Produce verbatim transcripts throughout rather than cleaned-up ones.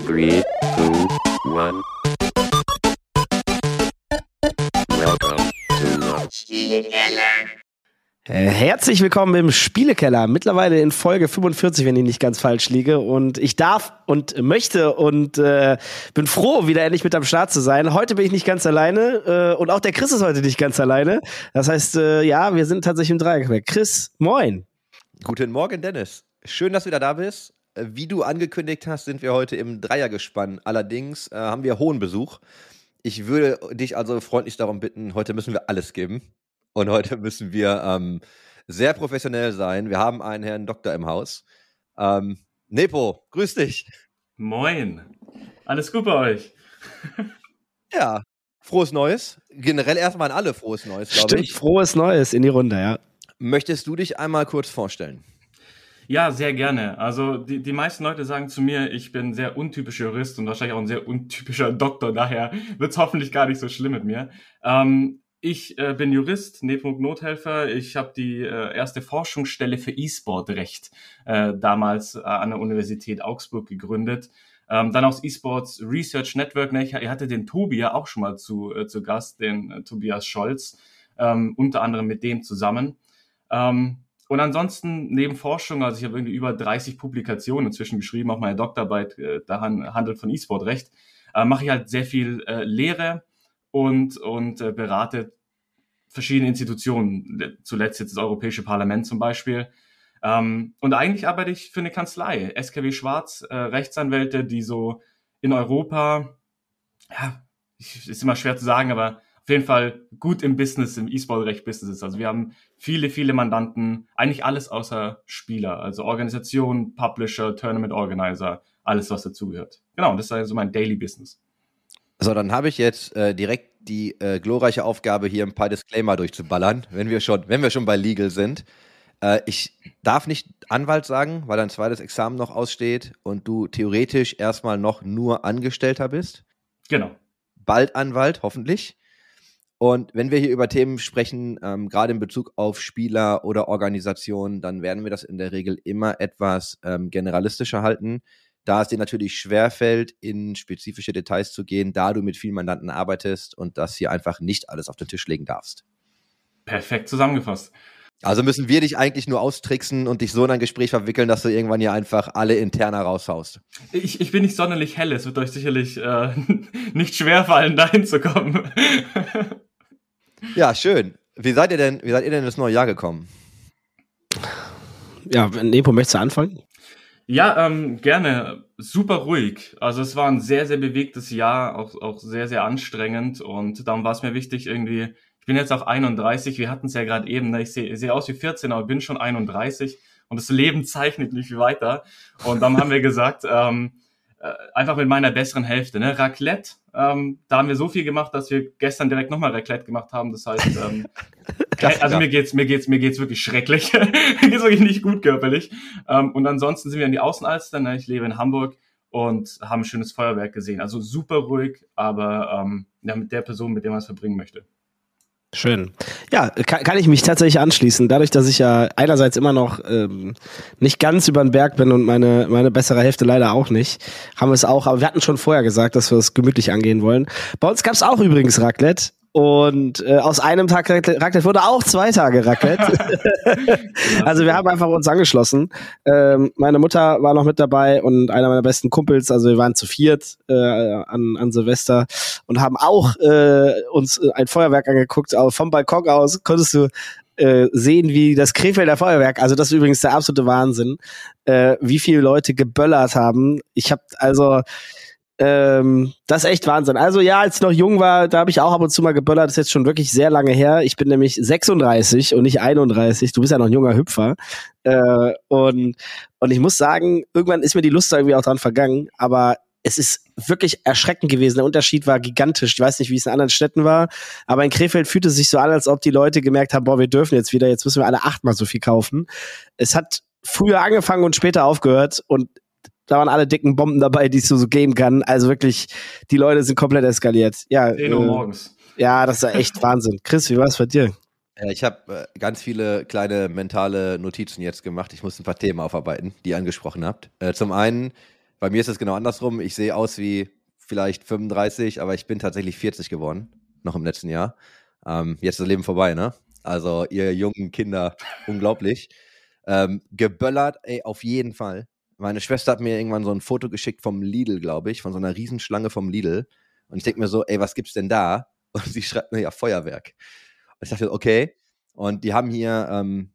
Three, two, one. Welcome to Spielekeller. Herzlich willkommen im Spielekeller, mittlerweile in Folge fünfundvierzig, wenn ich nicht ganz falsch liege. Und ich darf und möchte und äh, bin froh, wieder endlich mit am Start zu sein. Heute bin ich nicht ganz alleine äh, und auch der Chris ist heute nicht ganz alleine. Das heißt, äh, ja, wir sind tatsächlich im Dreieck. Chris, moin. Guten Morgen, Dennis. Schön, dass du wieder da bist. Wie du angekündigt hast, sind wir heute im Dreiergespann. Allerdings äh, haben wir hohen Besuch. Ich würde dich also freundlich darum bitten, heute müssen wir alles geben. Und heute müssen wir ähm, sehr professionell sein. Wir haben einen Herrn Doktor im Haus. Ähm, Nepo, grüß dich. Moin. Alles gut bei euch? Ja, frohes Neues. Generell erstmal an alle frohes Neues, glaube ich. Stimmt, frohes Neues in die Runde, ja. Möchtest du dich einmal kurz vorstellen? Ja, sehr gerne. Also die, die meisten Leute sagen zu mir, ich bin ein sehr untypischer Jurist und wahrscheinlich auch ein sehr untypischer Doktor. Daher wird es hoffentlich gar nicht so schlimm mit mir. Ähm, Ich äh, bin Jurist, Nepo Nothelfer. Ich habe die äh, erste Forschungsstelle für E-Sport-Recht äh, damals äh, an der Universität Augsburg gegründet. Ähm, dann auch das E-Sports Research Network. Ne? Ich, ihr hatte den Tobi ja auch schon mal zu, äh, zu Gast, den äh, Tobias Scholz, ähm, unter anderem mit dem zusammen. Ähm, und ansonsten neben Forschung, also ich habe irgendwie über dreißig Publikationen inzwischen geschrieben, auch meine Doktorarbeit äh, daran handelt von E-Sport-Recht, äh, mache ich halt sehr viel äh, Lehre und, und äh, berate verschiedene Institutionen, zuletzt jetzt das Europäische Parlament zum Beispiel. Ähm, und eigentlich arbeite ich für eine Kanzlei, S K W Schwarz, äh, Rechtsanwälte, die so in Europa, ja, ist immer schwer zu sagen, aber auf jeden Fall gut im Business, im E-Sport-Recht-Business ist. Also wir haben viele, viele Mandanten, eigentlich alles außer Spieler, also Organisation, Publisher, Tournament Organizer, alles, was dazugehört. Genau, das ist also mein Daily Business. So, dann habe ich jetzt äh, direkt die äh, glorreiche Aufgabe, hier ein paar Disclaimer durchzuballern, wenn wir schon, wenn wir schon bei Legal sind. Äh, ich darf nicht Anwalt sagen, weil dein zweites Examen noch aussteht und du theoretisch erstmal noch nur Angestellter bist. Genau. Bald Anwalt, hoffentlich. Und wenn wir hier über Themen sprechen, ähm, gerade in Bezug auf Spieler oder Organisationen, dann werden wir das in der Regel immer etwas ähm, generalistischer halten. Da es dir natürlich schwerfällt, in spezifische Details zu gehen, da du mit vielen Mandanten arbeitest und das hier einfach nicht alles auf den Tisch legen darfst. Perfekt zusammengefasst. Also müssen wir dich eigentlich nur austricksen und dich so in ein Gespräch verwickeln, dass du irgendwann hier einfach alle interner raushaust. Ich, ich bin nicht sonderlich hell, es wird euch sicherlich äh, nicht schwerfallen, dahin zu kommen. Ja, schön. Wie seid ihr denn, wie seid ihr denn ins neue Jahr gekommen? Ja, Nepo, möchtest du anfangen? Ja, ähm, gerne. Super ruhig. Also es war ein sehr, sehr bewegtes Jahr, auch, auch sehr, sehr anstrengend. Und darum war es mir wichtig, irgendwie, ich bin jetzt auch einunddreißig, wir hatten es ja gerade eben, ne? ich sehe seh aus wie vierzehn, aber bin schon einunddreißig und das Leben zeichnet mich weiter. Und dann haben wir gesagt, ähm, äh, einfach mit meiner besseren Hälfte, ne? Raclette, ähm, da haben wir so viel gemacht, dass wir gestern direkt nochmal Raclette gemacht haben. Das heißt, ähm, also mir geht's, mir geht's, mir geht's wirklich schrecklich. Mir geht's wirklich nicht gut körperlich. Ähm, und ansonsten sind wir in die Außenalster. Ne? Ich lebe in Hamburg und haben ein schönes Feuerwerk gesehen. Also super ruhig, aber ähm, ja, mit der Person, mit der man es verbringen möchte. Schön. Ja, kann, kann ich mich tatsächlich anschließen. Dadurch, dass ich ja einerseits immer noch ähm, nicht ganz über den Berg bin und meine, meine bessere Hälfte leider auch nicht, haben wir es auch, aber wir hatten schon vorher gesagt, dass wir es gemütlich angehen wollen. Bei uns gab es auch übrigens Raclette. Und äh, aus einem Tag Raclette wurde auch zwei Tage Raclette. Also wir haben einfach uns angeschlossen. Ähm, meine Mutter war noch mit dabei und einer meiner besten Kumpels, also wir waren zu viert äh, an, an Silvester und haben auch äh, uns ein Feuerwerk angeguckt. Aber vom Balkon aus konntest du äh, sehen, wie das Krefelder Feuerwerk, also das ist übrigens der absolute Wahnsinn, äh, wie viele Leute geböllert haben. Ich habe also... Ähm, das ist echt Wahnsinn. Also ja, als ich noch jung war, da habe ich auch ab und zu mal geböllert. Das ist jetzt schon wirklich sehr lange her. Ich bin nämlich sechsunddreißig und nicht einunddreißig. Du bist ja noch ein junger Hüpfer. Äh, und, und ich muss sagen, irgendwann ist mir die Lust da irgendwie auch dran vergangen. Aber es ist wirklich erschreckend gewesen. Der Unterschied war gigantisch. Ich weiß nicht, wie es in anderen Städten war. Aber in Krefeld fühlte es sich so an, als ob die Leute gemerkt haben, boah, wir dürfen jetzt wieder, jetzt müssen wir alle achtmal so viel kaufen. Es hat früher angefangen und später aufgehört. Und da waren alle dicken Bomben dabei, die es so, so geben kann. Also wirklich, die Leute sind komplett eskaliert. Ja, zehn Uhr morgens. Ja, das ist echt Wahnsinn. Chris, wie war es bei dir? Ich habe äh, ganz viele kleine mentale Notizen jetzt gemacht. Ich muss ein paar Themen aufarbeiten, die ihr angesprochen habt. Äh, zum einen Bei mir ist es genau andersrum. Ich sehe aus wie vielleicht fünfunddreißig, aber ich bin tatsächlich vierzig geworden, noch im letzten Jahr. Ähm, jetzt ist das Leben vorbei, ne? Also ihr jungen Kinder, unglaublich. Ähm, geböllert, ey, auf jeden Fall. Meine Schwester hat mir irgendwann so ein Foto geschickt vom Lidl, glaube ich, von so einer Riesenschlange vom Lidl. Und ich denke mir so, ey, was gibt's denn da? Und sie schreibt mir ja Feuerwerk. Und ich dachte, okay. Und die haben hier, ähm,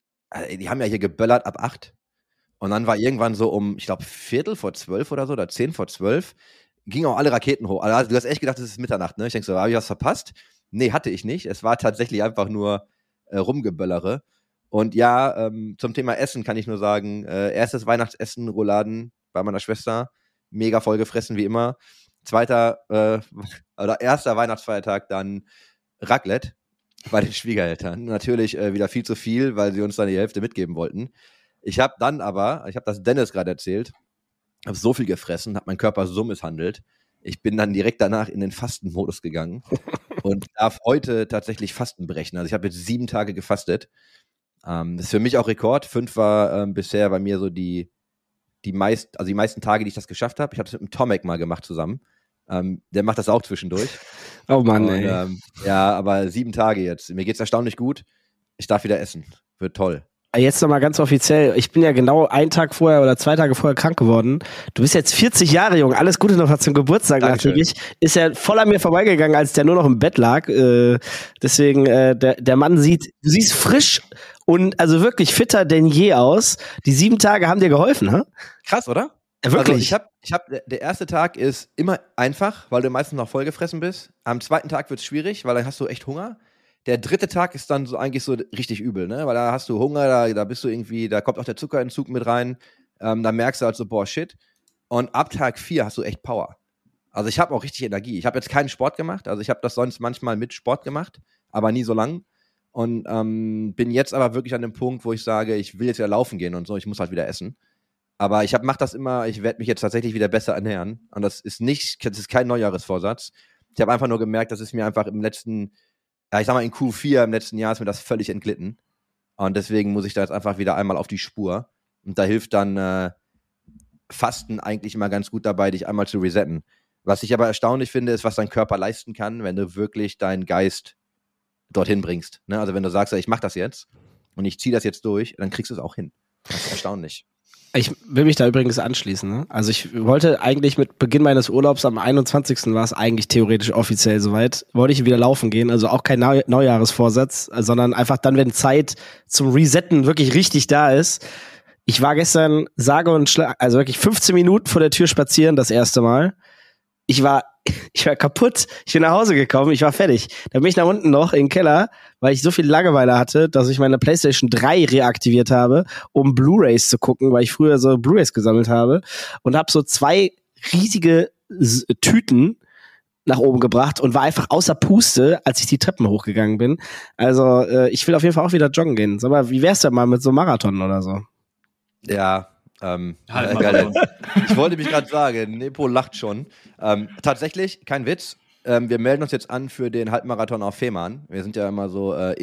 die haben ja hier geböllert ab acht. Und dann war irgendwann so um, ich glaube, Viertel vor zwölf oder so, oder zehn vor zwölf, gingen auch alle Raketen hoch. Also du hast echt gedacht, es ist Mitternacht, ne? Ich denke so, habe ich was verpasst? Nee, hatte ich nicht. Es war tatsächlich einfach nur äh, Rumgeböllere. Und ja, ähm, zum Thema Essen kann ich nur sagen, äh, erstes Weihnachtsessen, Rouladen bei meiner Schwester, mega voll gefressen wie immer. Zweiter, äh, oder erster Weihnachtsfeiertag dann Raclette bei den Schwiegereltern. Natürlich äh, wieder viel zu viel, weil sie uns dann die Hälfte mitgeben wollten. Ich habe dann aber, ich habe das Dennis gerade erzählt, habe so viel gefressen, habe meinen Körper so misshandelt. Ich bin dann direkt danach in den Fastenmodus gegangen und darf heute tatsächlich Fasten brechen. Also ich habe jetzt sieben Tage gefastet. Ähm, das ist für mich auch Rekord. Fünf war ähm, bisher bei mir so die, die, meist, also die meisten Tage, die ich das geschafft habe. Ich habe es mit dem Tomek mal gemacht zusammen. Ähm, der macht das auch zwischendurch. Oh Mann, und, ey. Ähm, ja, aber sieben Tage jetzt. Mir geht's erstaunlich gut. Ich darf wieder essen. Wird toll. Jetzt nochmal ganz offiziell, ich bin ja genau einen Tag vorher oder zwei Tage vorher krank geworden. Du bist jetzt vierzig Jahre jung, alles Gute noch zum Geburtstag Dankeschön. natürlich. Ist ja voll an mir vorbeigegangen, als der nur noch im Bett lag. Äh, deswegen, äh, der, der Mann sieht, du siehst frisch und also wirklich fitter denn je aus. Die sieben Tage haben dir geholfen, ha? Krass, oder? Ja, wirklich. Also ich habe, ich hab, der erste Tag ist immer einfach, weil du meistens noch vollgefressen bist. Am zweiten Tag wird's schwierig, weil dann hast du echt Hunger. Der dritte Tag ist dann so eigentlich so richtig übel, ne? Weil da hast du Hunger, da, da bist du irgendwie, da kommt auch der Zuckerentzug mit rein. Ähm, da merkst du halt so, boah, shit. Und ab Tag vier hast du echt Power. Also ich habe auch richtig Energie. Ich habe jetzt keinen Sport gemacht. Also ich habe das sonst manchmal mit Sport gemacht, aber nie so lang. Und ähm, bin jetzt aber wirklich an dem Punkt, wo ich sage, ich will jetzt wieder laufen gehen und so. Ich muss halt wieder essen. Aber ich hab, mach das immer, ich werde mich jetzt tatsächlich wieder besser ernähren. Und das ist nicht, das ist kein Neujahresvorsatz. Ich habe einfach nur gemerkt, das ist mir einfach im letzten, ja, ich sag mal in Q vier im letzten Jahr ist mir das völlig entglitten. Und deswegen muss ich da jetzt einfach wieder einmal auf die Spur. Und da hilft dann äh, Fasten eigentlich immer ganz gut dabei, dich einmal zu resetten. Was ich aber erstaunlich finde, ist, was dein Körper leisten kann, wenn du wirklich deinen Geist dorthin bringst. Ne? Also wenn du sagst, ich mach das jetzt und ich ziehe das jetzt durch, dann kriegst du es auch hin. Das ist erstaunlich. Ich will mich da übrigens anschließen. Ne? Also ich wollte eigentlich mit Beginn meines Urlaubs am einundzwanzigsten war es eigentlich theoretisch offiziell soweit, wollte ich wieder laufen gehen. Also auch kein Neu- Neujahresvorsatz, sondern einfach dann, wenn Zeit zum Resetten wirklich richtig da ist. Ich war gestern sage und schlag, also wirklich fünfzehn Minuten vor der Tür spazieren, das erste Mal. Ich war, ich war kaputt. Ich bin nach Hause gekommen, ich war fertig. Dann bin ich nach unten noch in den Keller, weil ich so viel Langeweile hatte, dass ich meine PlayStation drei reaktiviert habe, um Blu-Rays zu gucken, weil ich früher so Blu-Rays gesammelt habe. Und habe so zwei riesige S- Tüten nach oben gebracht und war einfach außer Puste, als ich die Treppen hochgegangen bin. Also äh, ich will auf jeden Fall auch wieder joggen gehen. Sag mal, wie wär's denn mal mit so einem Marathon oder so? Ja, ähm, Halt äh, mal geil. so. Ich wollte mich gerade sagen, Nepo lacht schon. Ähm, tatsächlich, kein Witz, ähm, wir melden uns jetzt an für den Halbmarathon auf Fehmarn. Wir sind ja immer so äh,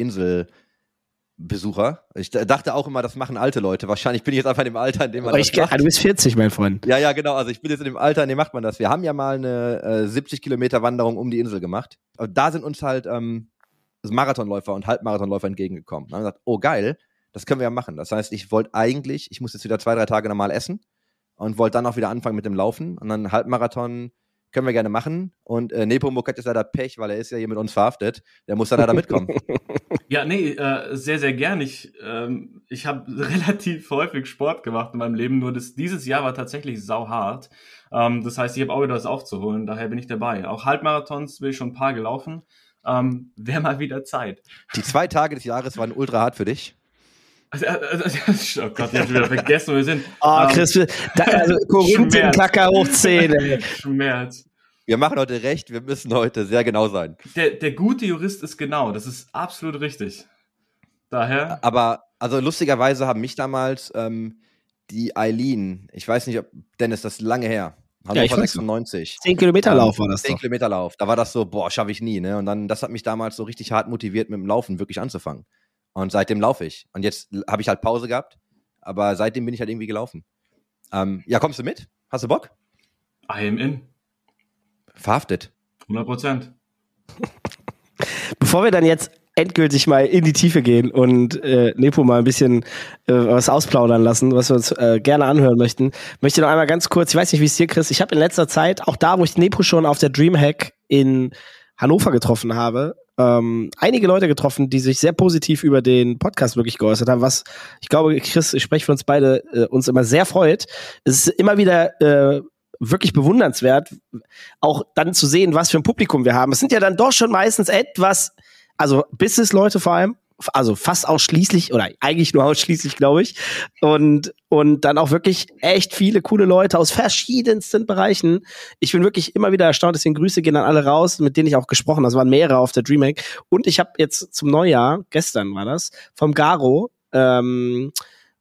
Inselbesucher. Ich d- dachte auch immer, das machen alte Leute. Wahrscheinlich bin ich jetzt einfach in dem Alter, in dem man Aber das ich, macht. du bist vierzig, mein Freund. Ja, ja, genau. Also ich bin jetzt in dem Alter, in dem macht man das. Wir haben ja mal eine äh, siebzig Kilometer Wanderung um die Insel gemacht. Und da sind uns halt ähm, Marathonläufer und Halbmarathonläufer entgegengekommen. Dann haben wir gesagt, oh geil, das können wir ja machen. Das heißt, ich wollte eigentlich, ich muss jetzt wieder zwei, drei Tage normal essen und wollte dann auch wieder anfangen mit dem Laufen. Und dann Halbmarathon können wir gerne machen. Und äh, Nepomuk hat jetzt leider Pech, weil er ist ja hier mit uns verhaftet. Der muss dann leider mitkommen. Ja, nee, äh, sehr, sehr gern. Ich, ähm, ich habe relativ häufig Sport gemacht in meinem Leben, nur das, dieses Jahr war tatsächlich sauhart. Ähm, das heißt, ich habe auch wieder was aufzuholen, daher bin ich dabei. Auch Halbmarathons bin ich schon ein paar gelaufen. Ähm, Wäre mal wieder Zeit. Die zwei Tage des Jahres waren ultra hart für dich. Also, also, also, oh Gott, ich hab wieder vergessen, wo wir sind. Oh, Ähm, Chris, da, also Korinthen, Schmerz. Kacker hoch zehn, ey. Schmerz. Wir machen heute recht, wir müssen heute sehr genau sein. Der, der gute Jurist ist genau, das ist absolut richtig. Daher, Aber, also lustigerweise haben mich damals ähm, die Eileen, ich weiß nicht, ob Dennis, das ist lange her, Ja, ich Hannover weiß sechsundneunzig. zehn Kilometer Lauf war das zehn doch. Kilometer Lauf. Da war das so, boah, schaffe ich nie, ne? Und dann, das hat mich damals so richtig hart motiviert, mit dem Laufen wirklich anzufangen. Und seitdem laufe ich. Und jetzt habe ich halt Pause gehabt, aber seitdem bin ich halt irgendwie gelaufen. Ähm, ja, kommst du mit? Hast du Bock? I am in. Verhaftet. hundert Prozent. Bevor wir dann jetzt endgültig mal in die Tiefe gehen und äh, Nepo mal ein bisschen äh, was ausplaudern lassen, was wir uns äh, gerne anhören möchten, möchte ich noch einmal ganz kurz, ich weiß nicht, wie es dir, Chris, ich habe in letzter Zeit, auch da, wo ich Nepo schon auf der Dreamhack in Hannover getroffen habe, ähm, einige Leute getroffen, die sich sehr positiv über den Podcast wirklich geäußert haben, was, ich glaube, Chris, ich spreche für uns beide, äh, uns immer sehr freut. Es ist immer wieder äh, wirklich bewundernswert, auch dann zu sehen, was für ein Publikum wir haben. Es sind ja dann doch schon meistens etwas, also Business-Leute vor allem, also fast ausschließlich oder eigentlich nur ausschließlich, glaube ich, und und dann auch wirklich echt viele coole Leute aus verschiedensten Bereichen. Ich bin wirklich immer wieder erstaunt, deswegen Grüße gehen an alle raus, mit denen ich auch gesprochen habe. Es waren mehrere auf der Dreamhack. Und ich habe jetzt zum Neujahr, gestern war das, vom Garo ähm,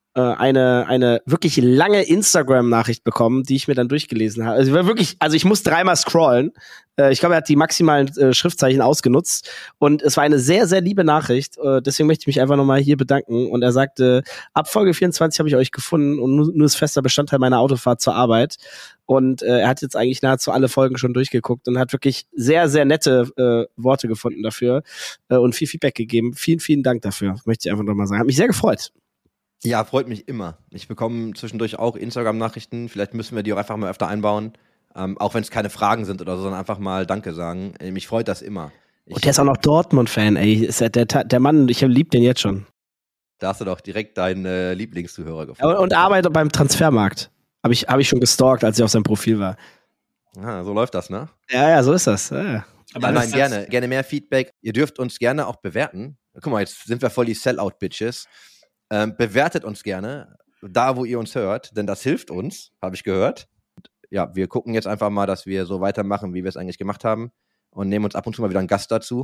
eine eine wirklich lange Instagram-Nachricht bekommen, die ich mir dann durchgelesen habe. Also wirklich, also ich muss dreimal scrollen. Äh, ich glaube, er hat die maximalen äh, Schriftzeichen ausgenutzt und es war eine sehr, sehr liebe Nachricht. Äh, deswegen möchte ich mich einfach nochmal hier bedanken. Und er sagte, ab Folge vierundzwanzig habe ich euch gefunden und nur, nur ist fester Bestandteil meiner Autofahrt zur Arbeit. Und äh, er hat jetzt eigentlich nahezu alle Folgen schon durchgeguckt und hat wirklich sehr, sehr nette äh, Worte gefunden dafür äh, und viel Feedback gegeben. Vielen, vielen Dank dafür, möchte ich einfach nochmal sagen. Hat mich sehr gefreut. Ja, freut mich immer. Ich bekomme zwischendurch auch Instagram-Nachrichten. Vielleicht müssen wir die auch einfach mal öfter einbauen. Ähm, auch wenn es keine Fragen sind oder so, sondern einfach mal Danke sagen. Äh, mich freut das immer. Ich, Und der ist auch noch Dortmund-Fan, ey. Ist der, der, der Mann, ich liebe den jetzt schon. Da hast du doch direkt deinen äh, Lieblingszuhörer gefunden. Und, und arbeitet beim Transfermarkt. Habe ich, hab ich schon gestalkt, als ich auf seinem Profil war. Ah, so läuft das, ne? Ja, ja, so ist das. Ja. Aber ja, nein, gerne. Gerne mehr Feedback. Ihr dürft uns gerne auch bewerten. Guck mal, jetzt sind wir voll die Sellout-Bitches. Ähm, bewertet uns gerne, da wo ihr uns hört, denn das hilft uns, habe ich gehört. Ja, wir gucken jetzt einfach mal, dass wir so weitermachen, wie wir es eigentlich gemacht haben und nehmen uns ab und zu mal wieder einen Gast dazu.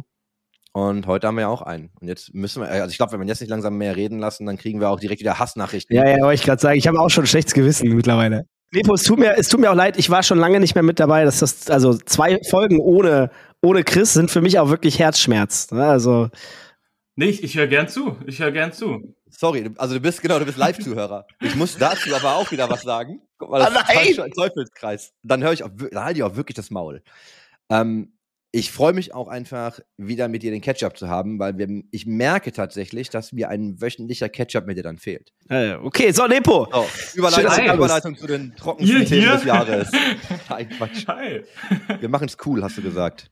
Und heute haben wir ja auch einen. Und jetzt müssen wir, also ich glaube, wenn wir jetzt nicht langsam mehr reden lassen, dann kriegen wir auch direkt wieder Hassnachrichten. Ja, ja, wollte ich gerade sagen, ich habe auch schon ein schlechtes Gewissen mittlerweile. Nepo, es tut mir, es tut mir auch leid, ich war schon lange nicht mehr mit dabei. Dass das, also zwei Folgen ohne, ohne Chris sind für mich auch wirklich Herzschmerz. Also Nee, ich, ich höre gern zu. Ich höre gern zu. Sorry, also du bist, genau, du bist Live-Zuhörer. Ich muss dazu aber auch wieder was sagen. Guck mal, das Ah, nein! ist ein Teufelskreis. Dann höre ich auch, dann halte ich auch wirklich das Maul. Ähm, ich freue mich auch einfach, wieder mit dir den Catch-up zu haben, weil wir, ich merke tatsächlich, dass mir ein wöchentlicher Catch-up mit dir dann fehlt. äh, okay, so, Nepo. So, Überleitung, Schön, Überleitung zu den trockensten Hier, Themen hier. des Jahres. Nein, Quatsch. Hi. Wir machen es cool, hast du gesagt.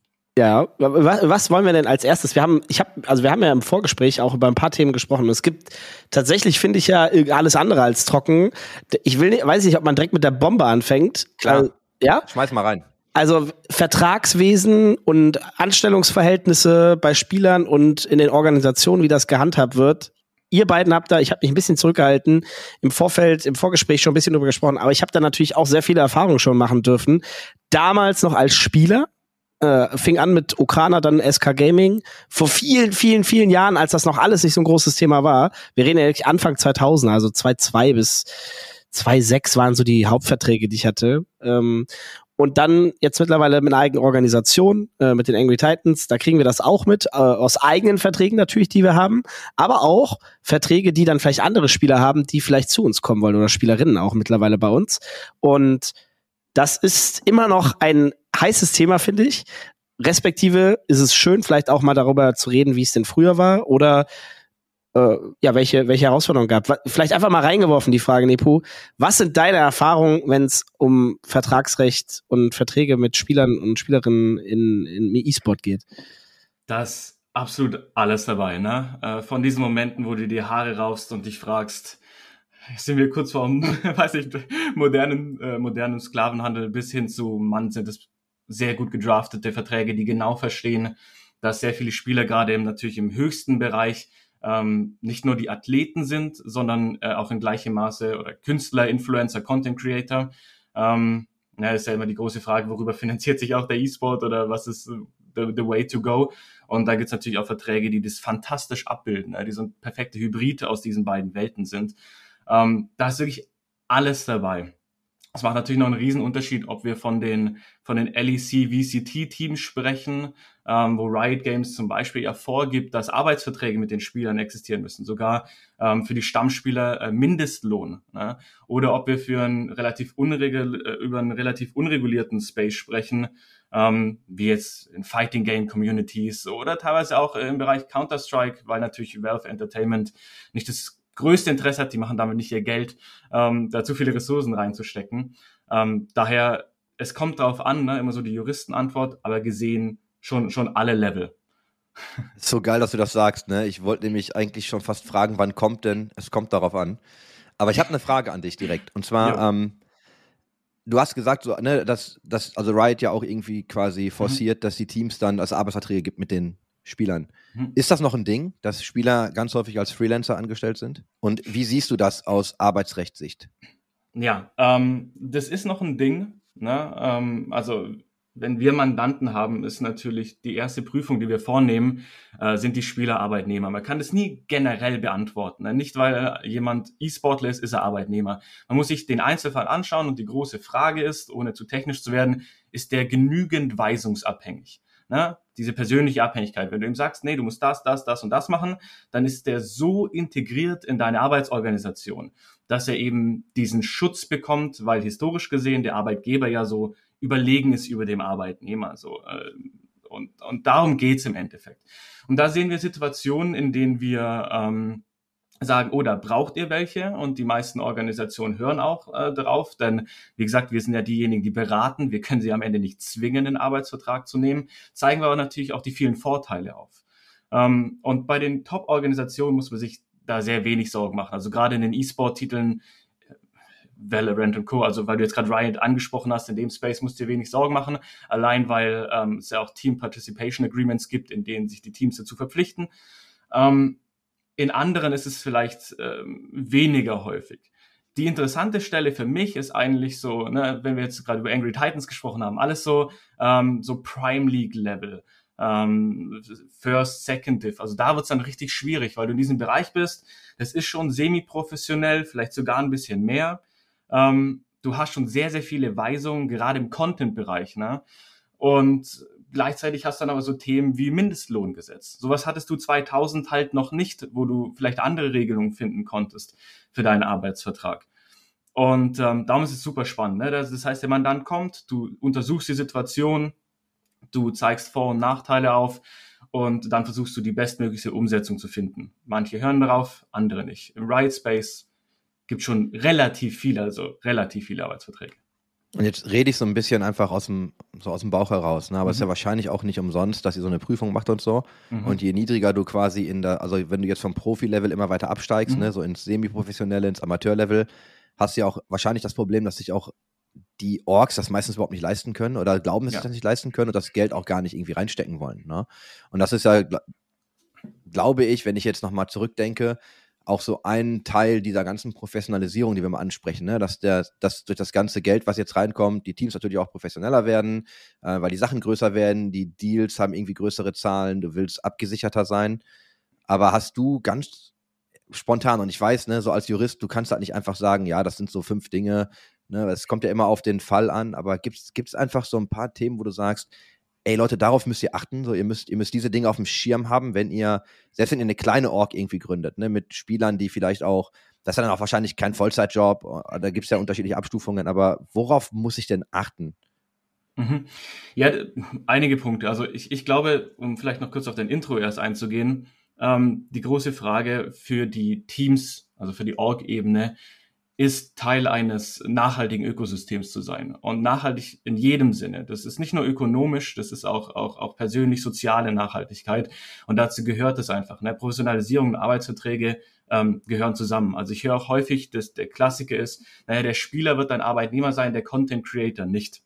Ja, was, was wollen wir denn als erstes? Wir haben, ich habe, also wir haben ja im Vorgespräch auch über ein paar Themen gesprochen. Es gibt tatsächlich, finde ich ja alles andere als trocken. Ich will, nicht, weiß nicht, ob man direkt mit der Bombe anfängt. Klar. Also, ja. Schmeiß mal rein. Also Vertragswesen und Anstellungsverhältnisse bei Spielern und in den Organisationen, wie das gehandhabt wird. Ihr beiden habt da, ich habe mich ein bisschen zurückgehalten, im Vorfeld, im Vorgespräch schon ein bisschen drüber gesprochen, aber ich habe da natürlich auch sehr viele Erfahrungen schon machen dürfen. Damals noch als Spieler. Äh, fing an mit Okrana, dann S K Gaming. Vor vielen, vielen, vielen Jahren, als das noch alles nicht so ein großes Thema war. Wir reden ja wirklich Anfang zweitausend, also zweitausendzwei bis zweitausendsechs waren so die Hauptverträge, die ich hatte. Ähm, und dann jetzt mittlerweile mit einer eigenen Organisation, äh, mit den Angry Titans. Da kriegen wir das auch mit, äh, aus eigenen Verträgen natürlich, die wir haben. Aber auch Verträge, die dann vielleicht andere Spieler haben, die vielleicht zu uns kommen wollen oder Spielerinnen auch mittlerweile bei uns. Und das ist immer noch ein heißes Thema, finde ich. Respektive ist es schön, vielleicht auch mal darüber zu reden, wie es denn früher war oder äh, ja, welche, welche Herausforderungen gab. Vielleicht einfach mal reingeworfen, die Frage, Nepo. Was sind deine Erfahrungen, wenn es um Vertragsrecht und Verträge mit Spielern und Spielerinnen in, in E-Sport geht? Das absolut alles dabei, ne? Äh, von diesen Momenten, wo du die Haare raufst und dich fragst, sind wir kurz vor dem, weiß ich, modernen, äh, modernen Sklavenhandel bis hin zu, Mann, sind es sehr gut gedraftete Verträge, die genau verstehen, dass sehr viele Spieler gerade eben natürlich im höchsten Bereich ähm, nicht nur die Athleten sind, sondern äh, auch in gleichem Maße oder Künstler, Influencer, Content Creator. Ähm, ja, ist ja immer die große Frage, worüber finanziert sich auch der E-Sport oder was ist the, the way to go? Und da gibt's natürlich auch Verträge, die das fantastisch abbilden, ne? Die so ein perfekte Hybrid aus diesen beiden Welten sind. Ähm, da ist wirklich alles dabei. Es macht natürlich noch einen riesen Unterschied, ob wir von den, von den L E C V C T-Teams sprechen, ähm, wo Riot Games zum Beispiel ja vorgibt, dass Arbeitsverträge mit den Spielern existieren müssen, sogar ähm, für die Stammspieler äh, Mindestlohn. Ne? Oder ob wir für einen relativ unregul- äh, über einen relativ unregulierten Space sprechen, ähm, wie jetzt in Fighting Game Communities oder teilweise auch äh, im Bereich Counter-Strike, weil natürlich Valve Entertainment nicht das größte Interesse hat, die machen damit nicht ihr Geld, ähm, da zu viele Ressourcen reinzustecken. Ähm, daher, es kommt darauf an, ne, immer so die Juristenantwort, aber gesehen schon, schon alle Level. Ist so geil, dass du das sagst, ne? Ich wollte nämlich eigentlich schon fast fragen, wann kommt denn? Es kommt darauf an. Aber ich habe eine Frage an dich direkt. Und zwar, Ja. ähm, du hast gesagt, so, ne, dass, dass also Riot ja auch irgendwie quasi forciert, dass die Teams dann also Arbeitsverträge gibt mit den Spielern. Mhm. Ist das noch ein Ding, dass Spieler ganz häufig als Freelancer angestellt sind? Und wie siehst du das aus Arbeitsrechtssicht? Ja, ähm, das ist noch ein Ding. Ne? Ähm, also wenn wir Mandanten haben, ist natürlich die erste Prüfung, die wir vornehmen, äh, sind die Spieler Arbeitnehmer. Man kann das nie generell beantworten. Ne? Nicht, weil jemand E-Sportler ist, ist er Arbeitnehmer. Man muss sich den Einzelfall anschauen und die große Frage ist, ohne zu technisch zu werden, ist der genügend weisungsabhängig? Ne? Diese persönliche Abhängigkeit. Wenn du ihm sagst, nee, du musst das, das, das und das machen, dann ist der so integriert in deine Arbeitsorganisation, dass er eben diesen Schutz bekommt, weil historisch gesehen der Arbeitgeber ja so überlegen ist über dem Arbeitnehmer. So, äh, und, und darum geht's im Endeffekt. Und da sehen wir Situationen, in denen wir ähm, sagen, oh, da braucht ihr welche, und die meisten Organisationen hören auch äh, drauf, denn wie gesagt, wir sind ja diejenigen, die beraten, wir können sie am Ende nicht zwingen, einen Arbeitsvertrag zu nehmen, zeigen wir aber natürlich auch die vielen Vorteile auf. Ähm, und bei den Top-Organisationen muss man sich da sehr wenig Sorgen machen, also gerade in den E-Sport-Titeln, Valorant und Co., also weil du jetzt gerade Riot angesprochen hast, in dem Space musst du dir wenig Sorgen machen, allein weil ähm, es ja auch Team Participation Agreements gibt, in denen sich die Teams dazu verpflichten. Ähm, In anderen ist es vielleicht ähm, weniger häufig. Die interessante Stelle für mich ist eigentlich so, ne, wenn wir jetzt gerade über Angry Titans gesprochen haben, alles so, ähm, so Prime League Level, ähm, First, Second Div. Also da wird's dann richtig schwierig, weil du in diesem Bereich bist. Das ist schon semi-professionell, vielleicht sogar ein bisschen mehr. Ähm, du hast schon sehr, sehr viele Weisungen, gerade im Content-Bereich, ne? Und gleichzeitig hast du dann aber so Themen wie Mindestlohngesetz. Sowas hattest du zweitausend halt noch nicht, wo du vielleicht andere Regelungen finden konntest für deinen Arbeitsvertrag. Und ähm, darum ist es super spannend. Ne? Das, das heißt, der Mandant kommt, du untersuchst die Situation, du zeigst Vor- und Nachteile auf und dann versuchst du die bestmögliche Umsetzung zu finden. Manche hören darauf, andere nicht. Im Riot Space gibt schon relativ viele, also relativ viele Arbeitsverträge. Und jetzt rede ich so ein bisschen einfach aus dem, so aus dem Bauch heraus, ne? Aber es Mhm. ist ja wahrscheinlich auch nicht umsonst, dass ihr so eine Prüfung macht und so. Mhm. Und je niedriger du quasi in der, also wenn du jetzt vom Profi-Level immer weiter absteigst, Mhm. ne, so ins Semi-Professionelle, ins Amateur-Level, hast du ja auch wahrscheinlich das Problem, dass sich auch die Orks das meistens überhaupt nicht leisten können oder glauben, dass sie Ja. das nicht leisten können und das Geld auch gar nicht irgendwie reinstecken wollen, ne? Und das ist ja, gl- glaube ich, wenn ich jetzt nochmal zurückdenke, auch so ein Teil dieser ganzen Professionalisierung, die wir mal ansprechen, ne? dass, der, dass durch das ganze Geld, was jetzt reinkommt, die Teams natürlich auch professioneller werden, äh, weil die Sachen größer werden, die Deals haben irgendwie größere Zahlen, du willst abgesicherter sein. Aber hast du ganz spontan, und ich weiß, ne, so als Jurist, du kannst halt nicht einfach sagen, ja, das sind so fünf Dinge, ne? Es kommt ja immer auf den Fall an, aber gibt es einfach so ein paar Themen, wo du sagst, ey Leute, darauf müsst ihr achten, so ihr müsst, ihr müsst diese Dinge auf dem Schirm haben, wenn ihr, selbst wenn ihr eine kleine Org irgendwie gründet, ne, mit Spielern, die vielleicht auch, das ist ja dann auch wahrscheinlich kein Vollzeitjob, da gibt es ja unterschiedliche Abstufungen, aber worauf muss ich denn achten? Mhm. Ja, d- einige Punkte. Also ich, ich glaube, um vielleicht noch kurz auf dein Intro erst einzugehen, ähm, die große Frage für die Teams, also für die Org-Ebene, ist Teil eines nachhaltigen Ökosystems zu sein. Und nachhaltig in jedem Sinne. Das ist nicht nur ökonomisch, das ist auch, auch, auch persönlich soziale Nachhaltigkeit. Und dazu gehört es einfach. Ne? Professionalisierung und Arbeitsverträge ähm, gehören zusammen. Also ich höre auch häufig, dass der Klassiker ist, naja, der Spieler wird ein Arbeitnehmer sein, der Content Creator nicht.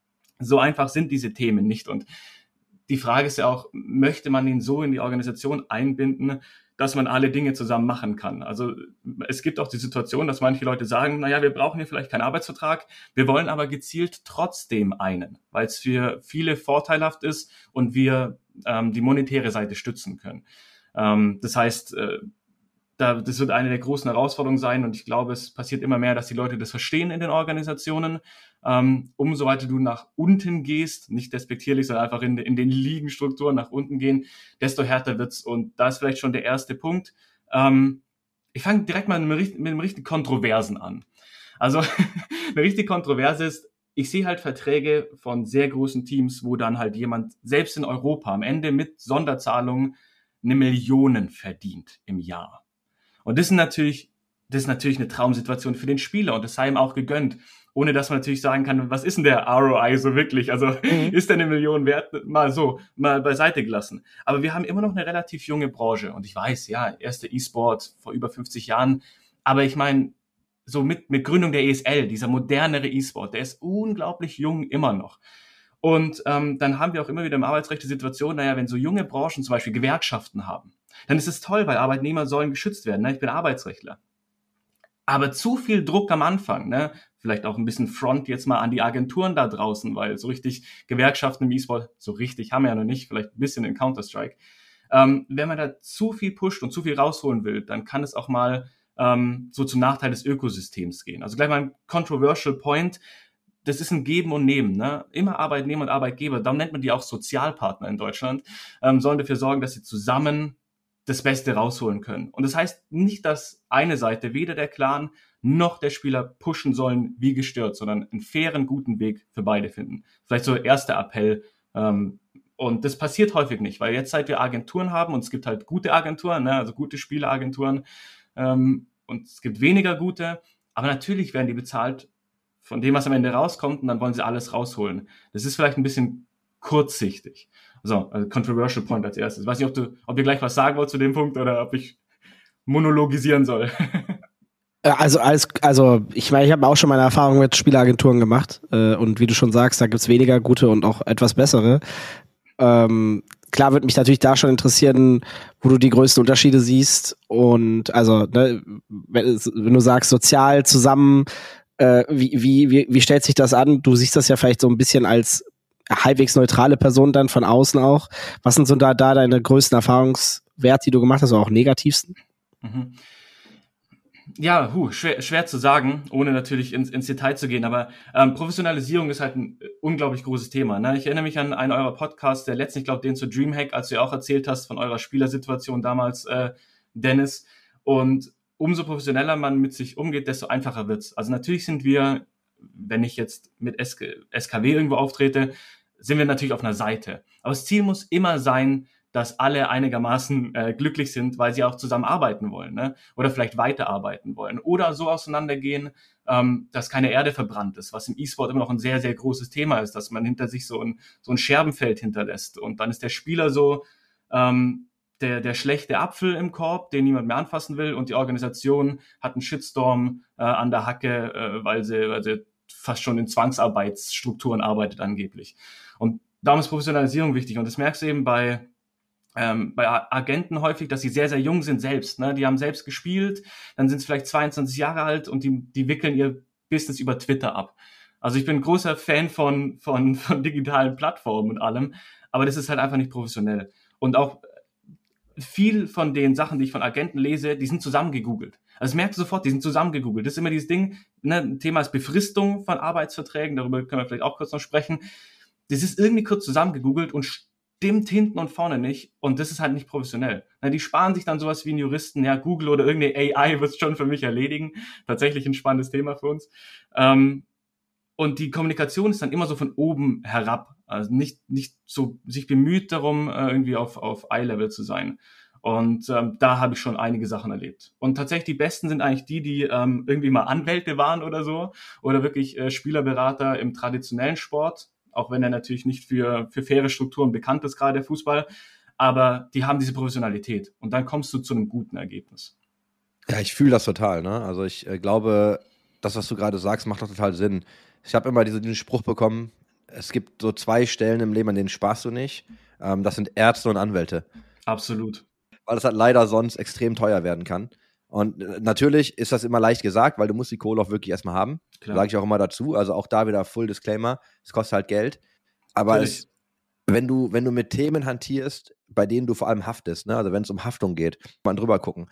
So einfach sind diese Themen nicht. Und die Frage ist ja auch, möchte man ihn so in die Organisation einbinden, dass man alle Dinge zusammen machen kann? Also es gibt auch die Situation, dass manche Leute sagen, naja, wir brauchen hier vielleicht keinen Arbeitsvertrag, wir wollen aber gezielt trotzdem einen, weil es für viele vorteilhaft ist und wir ähm, die monetäre Seite stützen können. Ähm, das heißt, äh, da, das wird eine der großen Herausforderungen sein und ich glaube, es passiert immer mehr, dass die Leute das verstehen in den Organisationen. Ähm, umso weiter du nach unten gehst, nicht despektierlich, sondern einfach in, in den Ligenstrukturen nach unten gehen, desto härter wird's. Und da ist vielleicht schon der erste Punkt. Ähm, ich fange direkt mal mit einem, mit einem richtig Kontroversen an. Also eine richtig Kontroverse ist, ich sehe halt Verträge von sehr großen Teams, wo dann halt jemand selbst in Europa am Ende mit Sonderzahlungen eine Million verdient im Jahr. Und das ist natürlich, das ist natürlich eine Traumsituation für den Spieler und das sei ihm auch gegönnt. Ohne dass man natürlich sagen kann, was ist denn der R O I so wirklich? Also mhm. ist der eine Million wert? Mal so, mal beiseite gelassen. Aber wir haben immer noch eine relativ junge Branche. Und ich weiß, ja, erste E-Sport vor über fünfzig Jahren. Aber ich meine, so mit, mit Gründung der E S L, dieser modernere E-Sport, der ist unglaublich jung immer noch. Und ähm, dann haben wir auch immer wieder im Arbeitsrecht die Situation, naja, wenn so junge Branchen zum Beispiel Gewerkschaften haben, dann ist es toll, weil Arbeitnehmer sollen geschützt werden. Ne? Ich bin Arbeitsrechtler. Aber zu viel Druck am Anfang, ne? Vielleicht auch ein bisschen Front jetzt mal an die Agenturen da draußen, weil so richtig Gewerkschaften im E-Sport, so richtig haben wir ja noch nicht, vielleicht ein bisschen in Counter-Strike. Ähm, wenn man da zu viel pusht und zu viel rausholen will, dann kann es auch mal ähm, so zum Nachteil des Ökosystems gehen. Also gleich mal ein controversial point, das ist ein Geben und Nehmen. Ne? Immer Arbeitnehmer und Arbeitgeber, darum nennt man die auch Sozialpartner in Deutschland, ähm, sollen dafür sorgen, dass sie zusammen das Beste rausholen können. Und das heißt nicht, dass eine Seite, weder der Clan noch der Spieler pushen sollen wie gestört, sondern einen fairen, guten Weg für beide finden. Vielleicht so erster Appell. Ähm, und das passiert häufig nicht, weil jetzt, seit wir Agenturen haben, und es gibt halt gute Agenturen, ne, also gute Spieleragenturen, ähm, und es gibt weniger gute, aber natürlich werden die bezahlt von dem, was am Ende rauskommt, und dann wollen sie alles rausholen. Das ist vielleicht ein bisschen kurzsichtig. So, also controversial point als erstes. Ich weiß nicht, ob du, ob ihr gleich was sagen wollt zu dem Punkt oder ob ich monologisieren soll. Also, als, also ich meine, ich habe auch schon meine Erfahrung mit Spieleragenturen gemacht äh, und wie du schon sagst, da gibt's weniger gute und auch etwas bessere. Ähm, klar würde mich natürlich da schon interessieren, wo du die größten Unterschiede siehst und also, ne, wenn, wenn du sagst, sozial zusammen, äh, wie, wie, wie, wie stellt sich das an? Du siehst das ja vielleicht so ein bisschen als halbwegs neutrale Person dann von außen auch. Was sind so da, da deine größten Erfahrungswerte, die du gemacht hast, oder auch negativsten? Mhm. Ja, hu, schwer, schwer zu sagen, ohne natürlich ins, ins Detail zu gehen, aber ähm, Professionalisierung ist halt ein unglaublich großes Thema. Ne? Ich erinnere mich an einen eurer Podcasts, der letzten, ich glaube, den zu Dreamhack, als du ja auch erzählt hast von eurer Spielersituation damals, äh, Dennis. Und umso professioneller man mit sich umgeht, desto einfacher wird's. Also natürlich sind wir, wenn ich jetzt mit S K W irgendwo auftrete, sind wir natürlich auf einer Seite. Aber das Ziel muss immer sein, dass alle einigermaßen äh, glücklich sind, weil sie auch zusammen arbeiten wollen, ne? Oder vielleicht weiterarbeiten wollen. Oder so auseinandergehen, ähm, dass keine Erde verbrannt ist, was im E-Sport immer noch ein sehr, sehr großes Thema ist, dass man hinter sich so ein, so ein Scherbenfeld hinterlässt. Und dann ist der Spieler so ähm, der, der schlechte Apfel im Korb, den niemand mehr anfassen will. Und die Organisation hat einen Shitstorm äh, an der Hacke, äh, weil sie, weil sie fast schon in Zwangsarbeitsstrukturen arbeitet angeblich. Und darum ist Professionalisierung wichtig. Und das merkst du eben bei Ähm, bei Agenten häufig, dass sie sehr, sehr jung sind selbst. Ne? Die haben selbst gespielt, dann sind sie vielleicht zweiundzwanzig Jahre alt und die, die wickeln ihr Business über Twitter ab. Also ich bin ein großer Fan von, von, von digitalen Plattformen und allem, aber das ist halt einfach nicht professionell. Und auch viel von den Sachen, die ich von Agenten lese, die sind zusammengegoogelt. Also merkst du sofort, die sind zusammengegoogelt. Das ist immer dieses Ding, ne? Ein Thema ist Befristung von Arbeitsverträgen, darüber können wir vielleicht auch kurz noch sprechen. Das ist irgendwie kurz zusammengegoogelt und stimmt hinten und vorne nicht und das ist halt nicht professionell. Na, die sparen sich dann sowas wie einen Juristen, ja, Google oder irgendeine A I wird es schon für mich erledigen. Tatsächlich ein spannendes Thema für uns. Ähm, und die Kommunikation ist dann immer so von oben herab. Also nicht, nicht so sich bemüht darum, äh, irgendwie auf, auf Eye-Level zu sein. Und ähm, da habe ich schon einige Sachen erlebt. Und tatsächlich die besten sind eigentlich die, die ähm, irgendwie mal Anwälte waren oder so oder wirklich äh, Spielerberater im traditionellen Sport. Auch wenn er natürlich nicht für, für faire Strukturen bekannt ist, gerade der Fußball. Aber die haben diese Professionalität. Und dann kommst du zu einem guten Ergebnis. Ja, ich fühle das total. Ne? Also ich äh, glaube, das, was du gerade sagst, macht doch total Sinn. Ich habe immer diese, diesen Spruch bekommen, es gibt so zwei Stellen im Leben, an denen sparst du nicht. Ähm, das sind Ärzte und Anwälte. Absolut. Weil das halt leider sonst extrem teuer werden kann. Und äh, natürlich ist das immer leicht gesagt, weil du musst die Kohle auch wirklich erstmal haben. Sage ich auch immer dazu. Also auch da wieder Full Disclaimer. Es kostet halt Geld. Aber es, wenn du, wenn du mit Themen hantierst, bei denen du vor allem haftest, ne? Also wenn es um Haftung geht, mal drüber gucken.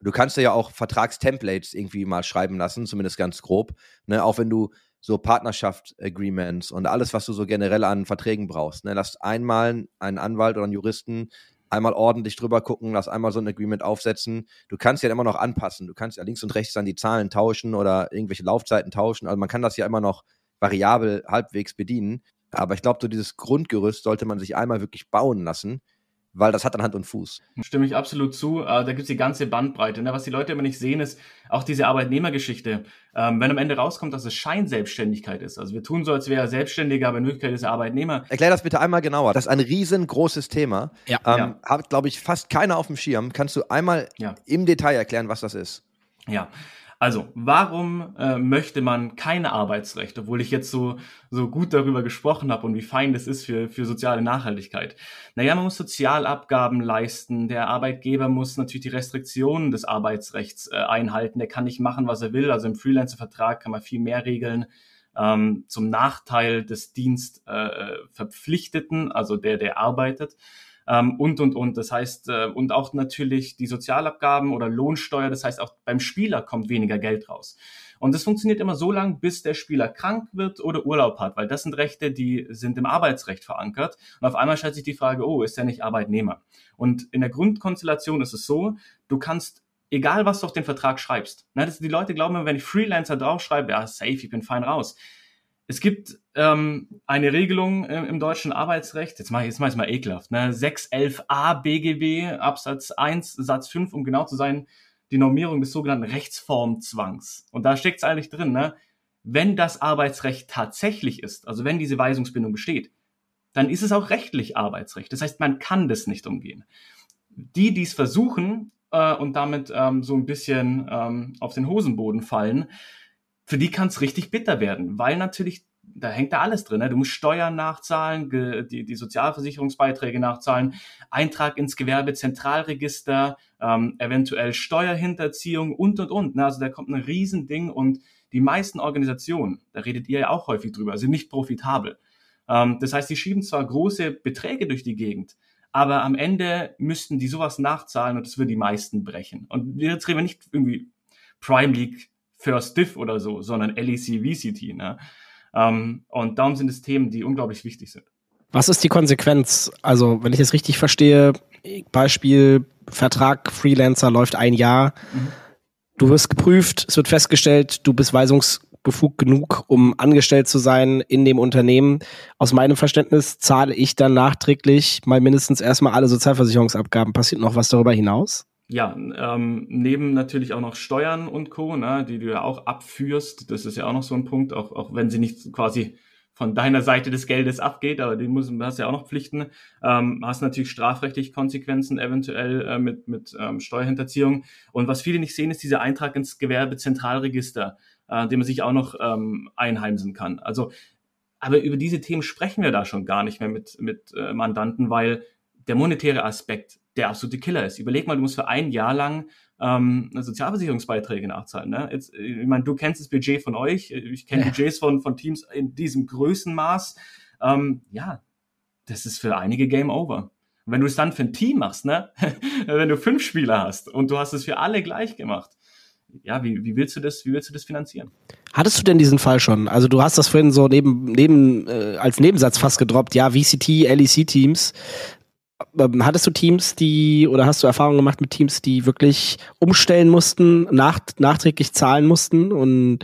Du kannst dir ja auch Vertragstemplates irgendwie mal schreiben lassen, zumindest ganz grob, ne? Auch wenn du so Partnerschaft-Agreements und alles, was du so generell an Verträgen brauchst, ne? Lass einmal einen Anwalt oder einen Juristen einmal ordentlich drüber gucken, lass einmal so ein Agreement aufsetzen. Du kannst ja immer noch anpassen. Du kannst ja links und rechts dann die Zahlen tauschen oder irgendwelche Laufzeiten tauschen. Also man kann das ja immer noch variabel halbwegs bedienen. Aber ich glaube, so dieses Grundgerüst sollte man sich einmal wirklich bauen lassen, weil das hat dann Hand und Fuß. Stimme ich absolut zu. Äh, da gibt es die ganze Bandbreite. Ne? Was die Leute immer nicht sehen, ist auch diese Arbeitnehmergeschichte. Ähm, wenn am Ende rauskommt, dass es Scheinselbstständigkeit ist. Also wir tun so, als wäre er Selbstständiger, aber in Wirklichkeit ist er Arbeitnehmer. Erklär das bitte einmal genauer. Das ist ein riesengroßes Thema. Ja. Ähm, Ja. Hat, glaube ich, fast keiner auf dem Schirm. Kannst du einmal Ja. im Detail erklären, was das ist? Ja, also warum äh, möchte man kein Arbeitsrecht, obwohl ich jetzt so so gut darüber gesprochen habe und wie fein das ist für für soziale Nachhaltigkeit? Naja, man muss Sozialabgaben leisten, der Arbeitgeber muss natürlich die Restriktionen des Arbeitsrechts äh, einhalten, der kann nicht machen, was er will, also im Freelancer-Vertrag kann man viel mehr regeln, ähm, zum Nachteil des Dienstverpflichteten, äh, also der, der arbeitet. Ähm, und, und, und. Das heißt, äh, und auch natürlich die Sozialabgaben oder Lohnsteuer, das heißt, auch beim Spieler kommt weniger Geld raus. Und das funktioniert immer so lange, bis der Spieler krank wird oder Urlaub hat, weil das sind Rechte, die sind im Arbeitsrecht verankert. Und auf einmal stellt sich die Frage, oh, ist der nicht Arbeitnehmer? Und in der Grundkonstellation ist es so, du kannst, egal was du auf den Vertrag schreibst, ne, das, die Leute glauben immer, wenn ich Freelancer draufschreibe, ja, safe, ich bin fein raus. Es gibt ähm, eine Regelung äh, im deutschen Arbeitsrecht, jetzt mache ich jetzt mach ich mal ekelhaft, ne? sechs elf a B G B Absatz eins Satz fünf, um genau zu sein, die Normierung des sogenannten Rechtsformzwangs. Und da steckt es eigentlich drin, ne? Wenn das Arbeitsrecht tatsächlich ist, also wenn diese Weisungsbindung besteht, dann ist es auch rechtlich Arbeitsrecht. Das heißt, man kann das nicht umgehen. Die, die es versuchen äh, und damit ähm, so ein bisschen ähm, auf den Hosenboden fallen, für die kann es richtig bitter werden, weil natürlich, da hängt da alles drin. Ne? Du musst Steuern nachzahlen, ge, die, die Sozialversicherungsbeiträge nachzahlen, Eintrag ins Gewerbezentralregister, ähm, eventuell Steuerhinterziehung und, und, und. Ne? Also da kommt ein Riesending und die meisten Organisationen, da redet ihr ja auch häufig drüber, sind nicht profitabel. Ähm, das heißt, die schieben zwar große Beträge durch die Gegend, aber am Ende müssten die sowas nachzahlen und das würde die meisten brechen. Und jetzt reden wir nicht irgendwie Prime League First Div oder so, sondern L E C, V C T. Ne? Ähm, und darum sind es Themen, die unglaublich wichtig sind. Was ist die Konsequenz? Also, wenn ich das richtig verstehe, Beispiel Vertrag, Freelancer läuft ein Jahr, mhm. du wirst geprüft, es wird festgestellt, du bist weisungsbefugt genug, um angestellt zu sein in dem Unternehmen. Aus meinem Verständnis zahle ich dann nachträglich mal mindestens erstmal alle Sozialversicherungsabgaben. Passiert noch was darüber hinaus? Ja, ähm, neben natürlich auch noch Steuern und Co., ne, die du ja auch abführst, das ist ja auch noch so ein Punkt, auch, auch wenn sie nicht quasi von deiner Seite des Geldes abgeht, aber die muss, hast ja auch noch Pflichten, ähm, hast natürlich strafrechtlich Konsequenzen eventuell äh, mit, mit ähm, Steuerhinterziehung. Und was viele nicht sehen, ist dieser Eintrag ins Gewerbezentralregister, äh, den man sich auch noch ähm, einheimsen kann. Also, aber über diese Themen sprechen wir da schon gar nicht mehr mit, mit äh, Mandanten, weil der monetäre Aspekt der absolute Killer ist. Überleg mal, du musst für ein Jahr lang ähm, Sozialversicherungsbeiträge nachzahlen. Ne? Jetzt, ich meine, du kennst das Budget von euch, ich kenne ja. Budgets von, von Teams in diesem Größenmaß. Ähm, ja, das ist für einige Game Over. Und wenn du es dann für ein Team machst, ne, wenn du fünf Spieler hast und du hast es für alle gleich gemacht, ja, wie, wie willst du das, wie willst du das finanzieren? Hattest du denn diesen Fall schon? Also du hast das vorhin so neben, neben äh, als Nebensatz fast gedroppt, ja, V C T, L E C-Teams. Hattest du Teams, die, oder hast du Erfahrungen gemacht mit Teams, die wirklich umstellen mussten, nach, nachträglich zahlen mussten? Und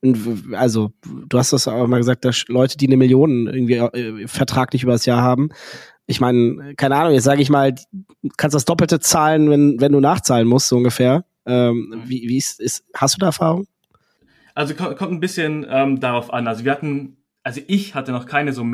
also, du hast das auch mal gesagt, dass Leute, die eine Million irgendwie äh, vertraglich über das Jahr haben. Ich meine, keine Ahnung, jetzt sage ich mal, kannst das Doppelte zahlen, wenn, wenn du nachzahlen musst, so ungefähr. Ähm, wie, wie ist, ist, hast du da Erfahrung? Also kommt, kommt ein bisschen ähm, darauf an. Also wir hatten Also ich hatte noch keine so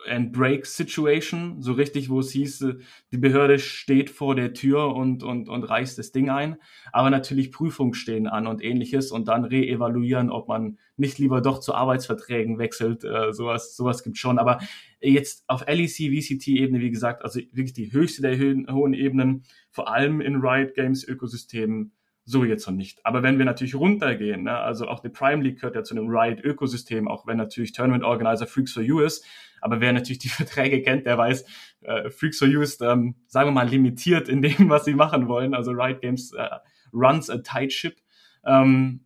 Make-and-Break-Situation, so richtig, wo es hieß, die Behörde steht vor der Tür und, und, und reißt das Ding ein. Aber natürlich Prüfungen stehen an und ähnliches und dann reevaluieren, ob man nicht lieber doch zu Arbeitsverträgen wechselt. Äh, sowas, sowas gibt's schon. Aber jetzt auf L E C, V C T-Ebene, wie gesagt, also wirklich die höchste der ho- hohen Ebenen, vor allem in Riot Games-Ökosystemen, so jetzt noch nicht. Aber wenn wir natürlich runtergehen, ne, also auch die Prime League gehört ja zu einem Riot-Ökosystem, auch wenn natürlich Tournament Organizer Freaks for You ist. Aber wer natürlich die Verträge kennt, der weiß, äh, Freaks for You ist, ähm, sagen wir mal, limitiert in dem, was sie machen wollen. Also Riot Games, äh, runs a tight ship. Ähm,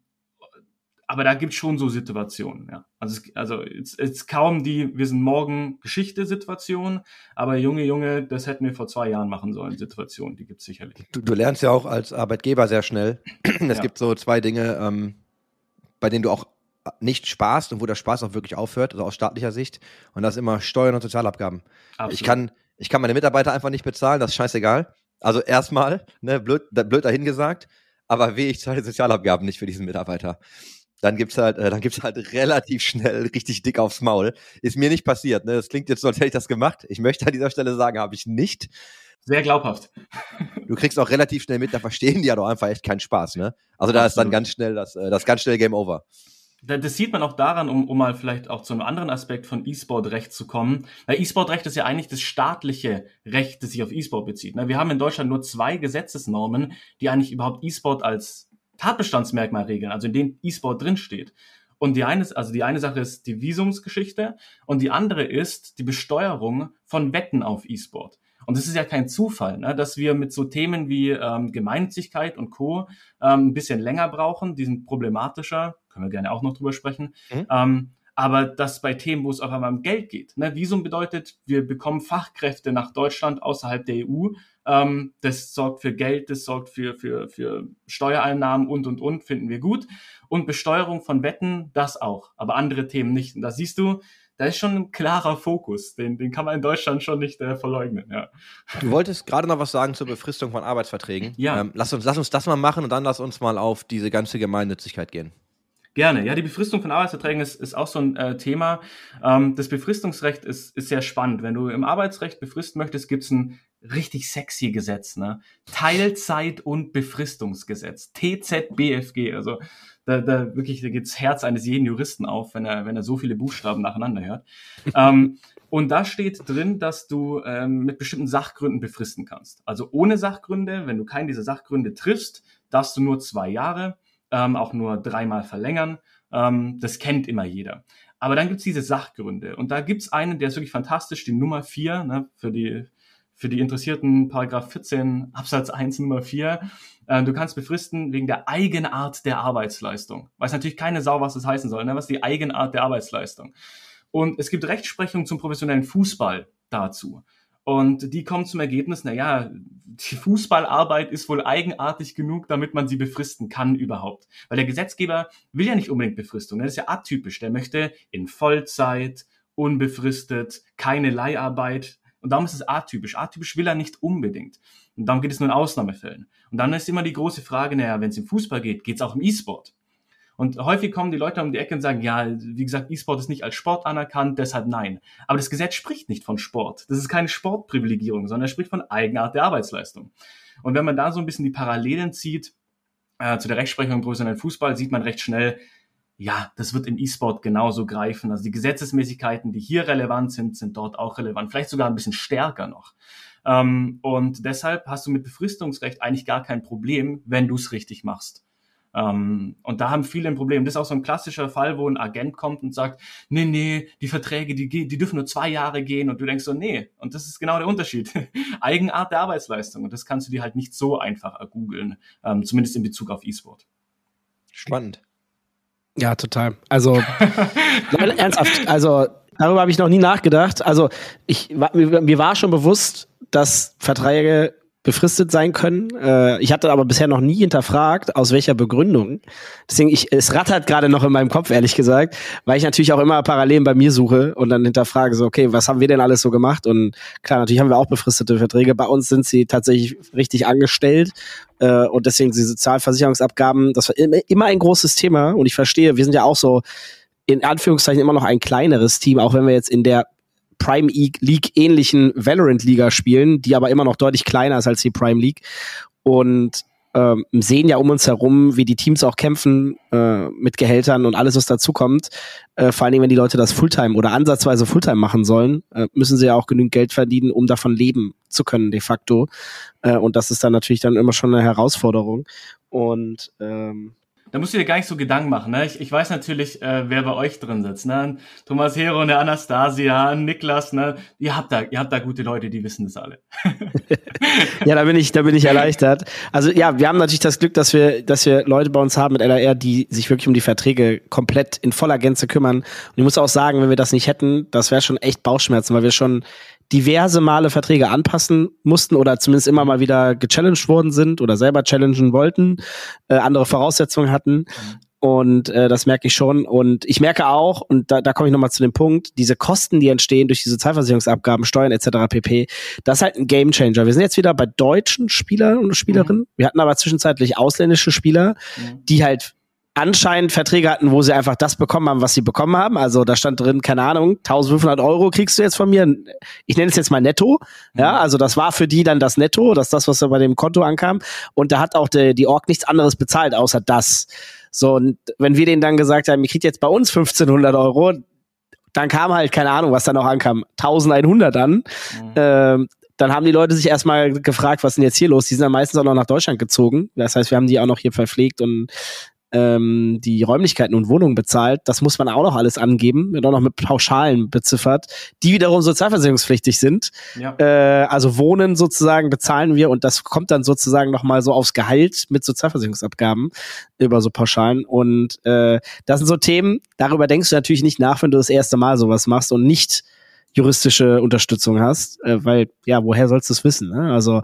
aber da gibt es schon so Situationen, ja. Also, es, also es ist kaum die wir sind morgen Geschichte-Situation, aber Junge, Junge, das hätten wir vor zwei Jahren machen sollen, Situation, die gibt es sicherlich. Du, du lernst ja auch als Arbeitgeber sehr schnell. Es Ja. gibt so zwei Dinge, ähm, bei denen du auch nicht sparst und wo der Spaß auch wirklich aufhört, also aus staatlicher Sicht. Und das ist immer Steuern und Sozialabgaben. Absolut. Ich kann, ich kann meine Mitarbeiter einfach nicht bezahlen, das ist scheißegal. Also erstmal, ne, blöd, blöd dahingesagt, aber weh, ich zahle die Sozialabgaben nicht für diesen Mitarbeiter. Dann gibt's halt, äh, dann gibt's halt relativ schnell richtig dick aufs Maul. Ist mir nicht passiert, ne? Das klingt jetzt so, als hätte ich das gemacht. Ich möchte an dieser Stelle sagen, habe ich nicht. Sehr glaubhaft. Du kriegst auch relativ schnell mit, da verstehen die ja doch einfach echt keinen Spaß, ne? Also da ist dann Absolut. ganz schnell das, äh, das ganz schnell Game Over. Das sieht man auch daran, um, um mal vielleicht auch zu einem anderen Aspekt von E-Sport-Recht zu kommen. Weil E-Sport-Recht ist ja eigentlich das staatliche Recht, das sich auf E-Sport bezieht. Wir haben in Deutschland nur zwei Gesetzesnormen, die eigentlich überhaupt E-Sport als Tatbestandsmerkmal regeln, also in denen E-Sport drinsteht. Und die eine, also die eine Sache ist die Visumsgeschichte und die andere ist die Besteuerung von Wetten auf E-Sport. Und es ist ja kein Zufall, ne, dass wir mit so Themen wie ähm, Gemeinnützigkeit und Co. Ähm, ein bisschen länger brauchen. Die sind problematischer, können wir gerne auch noch drüber sprechen. Mhm. Ähm, aber das bei Themen, wo es auf einmal um Geld geht. Ne? Visum bedeutet, wir bekommen Fachkräfte nach Deutschland außerhalb der E U. Ähm, das sorgt für Geld, das sorgt für, für, für Steuereinnahmen und, und, und, finden wir gut. Und Besteuerung von Wetten, das auch. Aber andere Themen nicht. Und da siehst du, da ist schon ein klarer Fokus. Den, den kann man in Deutschland schon nicht äh, verleugnen. Ja. Du wolltest gerade noch was sagen zur Befristung von Arbeitsverträgen. Ja. Ähm, lass uns, lass uns das mal machen und dann lass uns mal auf diese ganze Gemeinnützigkeit gehen. Gerne. Ja, die Befristung von Arbeitsverträgen ist, ist auch so ein äh, Thema. Ähm, das Befristungsrecht ist, ist sehr spannend. Wenn du im Arbeitsrecht befristen möchtest, gibt's ein richtig sexy Gesetz, ne? Teilzeit- und Befristungsgesetz. T Z B F G. Also da, da wirklich, da geht's Herz eines jeden Juristen auf, wenn er, wenn er so viele Buchstaben nacheinander hört. ähm, und da steht drin, dass du ähm, mit bestimmten Sachgründen befristen kannst. Also ohne Sachgründe, wenn du keinen dieser Sachgründe triffst, darfst du nur zwei Jahre. Ähm, auch nur dreimal verlängern. Ähm, das kennt immer jeder. Aber dann gibt's diese Sachgründe. Und da gibt's einen, der ist wirklich fantastisch, die Nummer vier, ne, für die für die Interessierten, Paragraph vierzehn Absatz eins Nummer vier. Äh, du kannst befristen wegen der Eigenart der Arbeitsleistung. Weiß natürlich keine Sau, was das heißen soll, ne? Was ist die Eigenart der Arbeitsleistung? Und es gibt Rechtsprechung zum professionellen Fußball dazu. Und die kommen zum Ergebnis, na ja, die Fußballarbeit ist wohl eigenartig genug, damit man sie befristen kann überhaupt. Weil der Gesetzgeber will ja nicht unbedingt Befristung, das ist ja atypisch. Der möchte in Vollzeit, unbefristet, keine Leiharbeit. Und darum ist es atypisch. Atypisch will er nicht unbedingt. Und darum geht es nur in Ausnahmefällen. Und dann ist immer die große Frage, naja, wenn es im Fußball geht, geht es auch im E-Sport. Und häufig kommen die Leute um die Ecke und sagen, ja, wie gesagt, E-Sport ist nicht als Sport anerkannt, deshalb nein. Aber das Gesetz spricht nicht von Sport. Das ist keine Sportprivilegierung, sondern es spricht von Eigenart der Arbeitsleistung. Und wenn man da so ein bisschen die Parallelen zieht äh, zu der Rechtsprechung im professionellen Fußball, sieht man recht schnell, ja, das wird im E-Sport genauso greifen. Also die Gesetzesmäßigkeiten, die hier relevant sind, sind dort auch relevant. Vielleicht sogar ein bisschen stärker noch. Ähm, und deshalb hast du mit Befristungsrecht eigentlich gar kein Problem, wenn du es richtig machst. Um, und da haben viele ein Problem. Das ist auch so ein klassischer Fall, wo ein Agent kommt und sagt, nee, nee, die Verträge, die, die dürfen nur zwei Jahre gehen. Und du denkst so, nee. Und das ist genau der Unterschied. Eigenart der Arbeitsleistung. Und das kannst du dir halt nicht so einfach ergoogeln. Um, zumindest in Bezug auf E-Sport. Spannend. Ja, total. Also, nein, ernsthaft. Also, darüber habe ich noch nie nachgedacht. Also, ich, mir war schon bewusst, dass Verträge befristet sein können. Äh, ich hatte aber bisher noch nie hinterfragt, aus welcher Begründung. Deswegen, ich, es rattert gerade noch in meinem Kopf, ehrlich gesagt, weil ich natürlich auch immer Parallelen bei mir suche und dann hinterfrage, so, okay, was haben wir denn alles so gemacht? Und klar, natürlich haben wir auch befristete Verträge. Bei uns sind sie tatsächlich richtig angestellt. Äh, und deswegen diese Sozialversicherungsabgaben, das war immer ein großes Thema. Und ich verstehe, wir sind ja auch so, in Anführungszeichen, immer noch ein kleineres Team, auch wenn wir jetzt in der Prime League ähnlichen Valorant-Liga spielen, die aber immer noch deutlich kleiner ist als die Prime League. Und ähm, sehen ja um uns herum, wie die Teams auch kämpfen äh, mit Gehältern und alles, was dazukommt. Äh, vor allen Dingen, wenn die Leute das Fulltime oder ansatzweise Fulltime machen sollen, äh, müssen sie ja auch genügend Geld verdienen, um davon leben zu können, de facto. Äh, und das ist dann natürlich dann immer schon eine Herausforderung. Und ähm, Da musst du dir gar nicht so Gedanken machen. Ne? Ich, ich weiß natürlich, äh, wer bei euch drin sitzt. Ne? Thomas Hero, eine Anastasia, ein Niklas. Ne? Ihr habt da, ihr habt da gute Leute, die wissen das alle. Ja, da bin ich, da bin ich erleichtert. Also ja, wir haben natürlich das Glück, dass wir, dass wir Leute bei uns haben mit L R R, die sich wirklich um die Verträge komplett in voller Gänze kümmern. Und ich muss auch sagen, wenn wir das nicht hätten, das wäre schon echt Bauchschmerzen, weil wir schon diverse Male Verträge anpassen mussten oder zumindest immer mal wieder gechallenged worden sind oder selber challengen wollten, äh, andere Voraussetzungen hatten. Und äh, das merke ich schon. Und ich merke auch, und da, da komme ich nochmal zu dem Punkt, diese Kosten, die entstehen durch diese Sozialversicherungsabgaben, Steuern et cetera pp., das ist halt ein Gamechanger. Wir sind jetzt wieder bei deutschen Spielern und Spielerinnen. Mhm. Wir hatten aber zwischenzeitlich ausländische Spieler, mhm. die halt anscheinend Verträge hatten, wo sie einfach das bekommen haben, was sie bekommen haben. Also da stand drin, keine Ahnung, eintausendfünfhundert Euro kriegst du jetzt von mir. Ich nenne es jetzt mal netto. Ja, also das war für die dann das Netto, das ist das, was da bei dem Konto ankam. Und da hat auch die, die Org nichts anderes bezahlt, außer das. So, und wenn wir denen dann gesagt haben, ihr kriegt jetzt bei uns fünfzehnhundert Euro, dann kam halt, keine Ahnung, was da noch ankam, eintausendeinhundert dann. Mhm. Ähm, dann haben die Leute sich erstmal gefragt, was ist denn jetzt hier los? Die sind dann meistens auch noch nach Deutschland gezogen. Das heißt, wir haben die auch noch hier verpflegt und ähm, die Räumlichkeiten und Wohnungen bezahlt. Das muss man auch noch alles angeben, wird auch noch mit Pauschalen beziffert, die wiederum sozialversicherungspflichtig sind. Ja. Äh, also Wohnen sozusagen bezahlen wir und das kommt dann sozusagen nochmal so aufs Gehalt mit Sozialversicherungsabgaben über so Pauschalen. Und äh, das sind so Themen, darüber denkst du natürlich nicht nach, wenn du das erste Mal sowas machst und nicht juristische Unterstützung hast, äh, weil, ja, woher sollst du es wissen? Ne? Also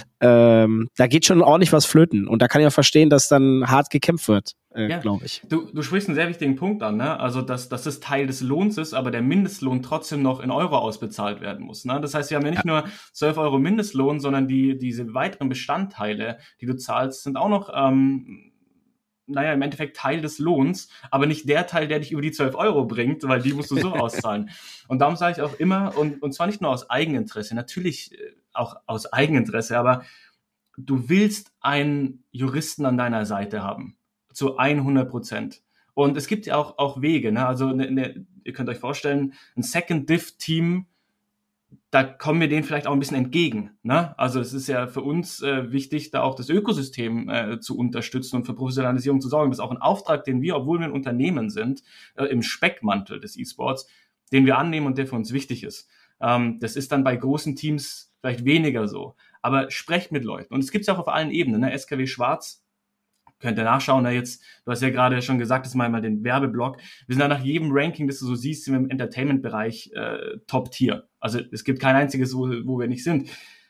ähm, da geht schon ordentlich was flöten und da kann ich auch verstehen, dass dann hart gekämpft wird, äh, ja. glaube ich. Du, du sprichst einen sehr wichtigen Punkt an, ne? Also dass, dass es Teil des Lohns ist, aber der Mindestlohn trotzdem noch in Euro ausbezahlt werden muss. Ne? Das heißt, wir haben ja nicht ja. nur zwölf Euro Mindestlohn, sondern die diese weiteren Bestandteile, die du zahlst, sind auch noch ähm, naja, im Endeffekt Teil des Lohns, aber nicht der Teil, der dich über die zwölf Euro bringt, weil die musst du so auszahlen. Und darum sage ich auch immer, und, und zwar nicht nur aus Eigeninteresse, natürlich auch aus Eigeninteresse, aber du willst einen Juristen an deiner Seite haben, zu hundert Prozent. Und es gibt ja auch, auch Wege, ne? Also ne, ne, ihr könnt euch vorstellen, ein Second-Div-Team, da kommen wir denen vielleicht auch ein bisschen entgegen. Ne? Also es ist ja für uns äh, wichtig, da auch das Ökosystem äh, zu unterstützen und für Professionalisierung zu sorgen. Das ist auch ein Auftrag, den wir, obwohl wir ein Unternehmen sind, äh, im Speckmantel des E-Sports, den wir annehmen und der für uns wichtig ist. Ähm, das ist dann bei großen Teams vielleicht weniger so. Aber sprecht mit Leuten. Und es gibt es auch auf allen Ebenen. Ne? S K W Schwarz, könnt ihr nachschauen, da jetzt, du hast ja gerade schon gesagt, das ist mal mal den Werbeblock. Wir sind da nach jedem Ranking, das du so siehst, sind wir im Entertainment-Bereich äh, Top-Tier. Also es gibt kein einziges, wo, wo wir nicht sind.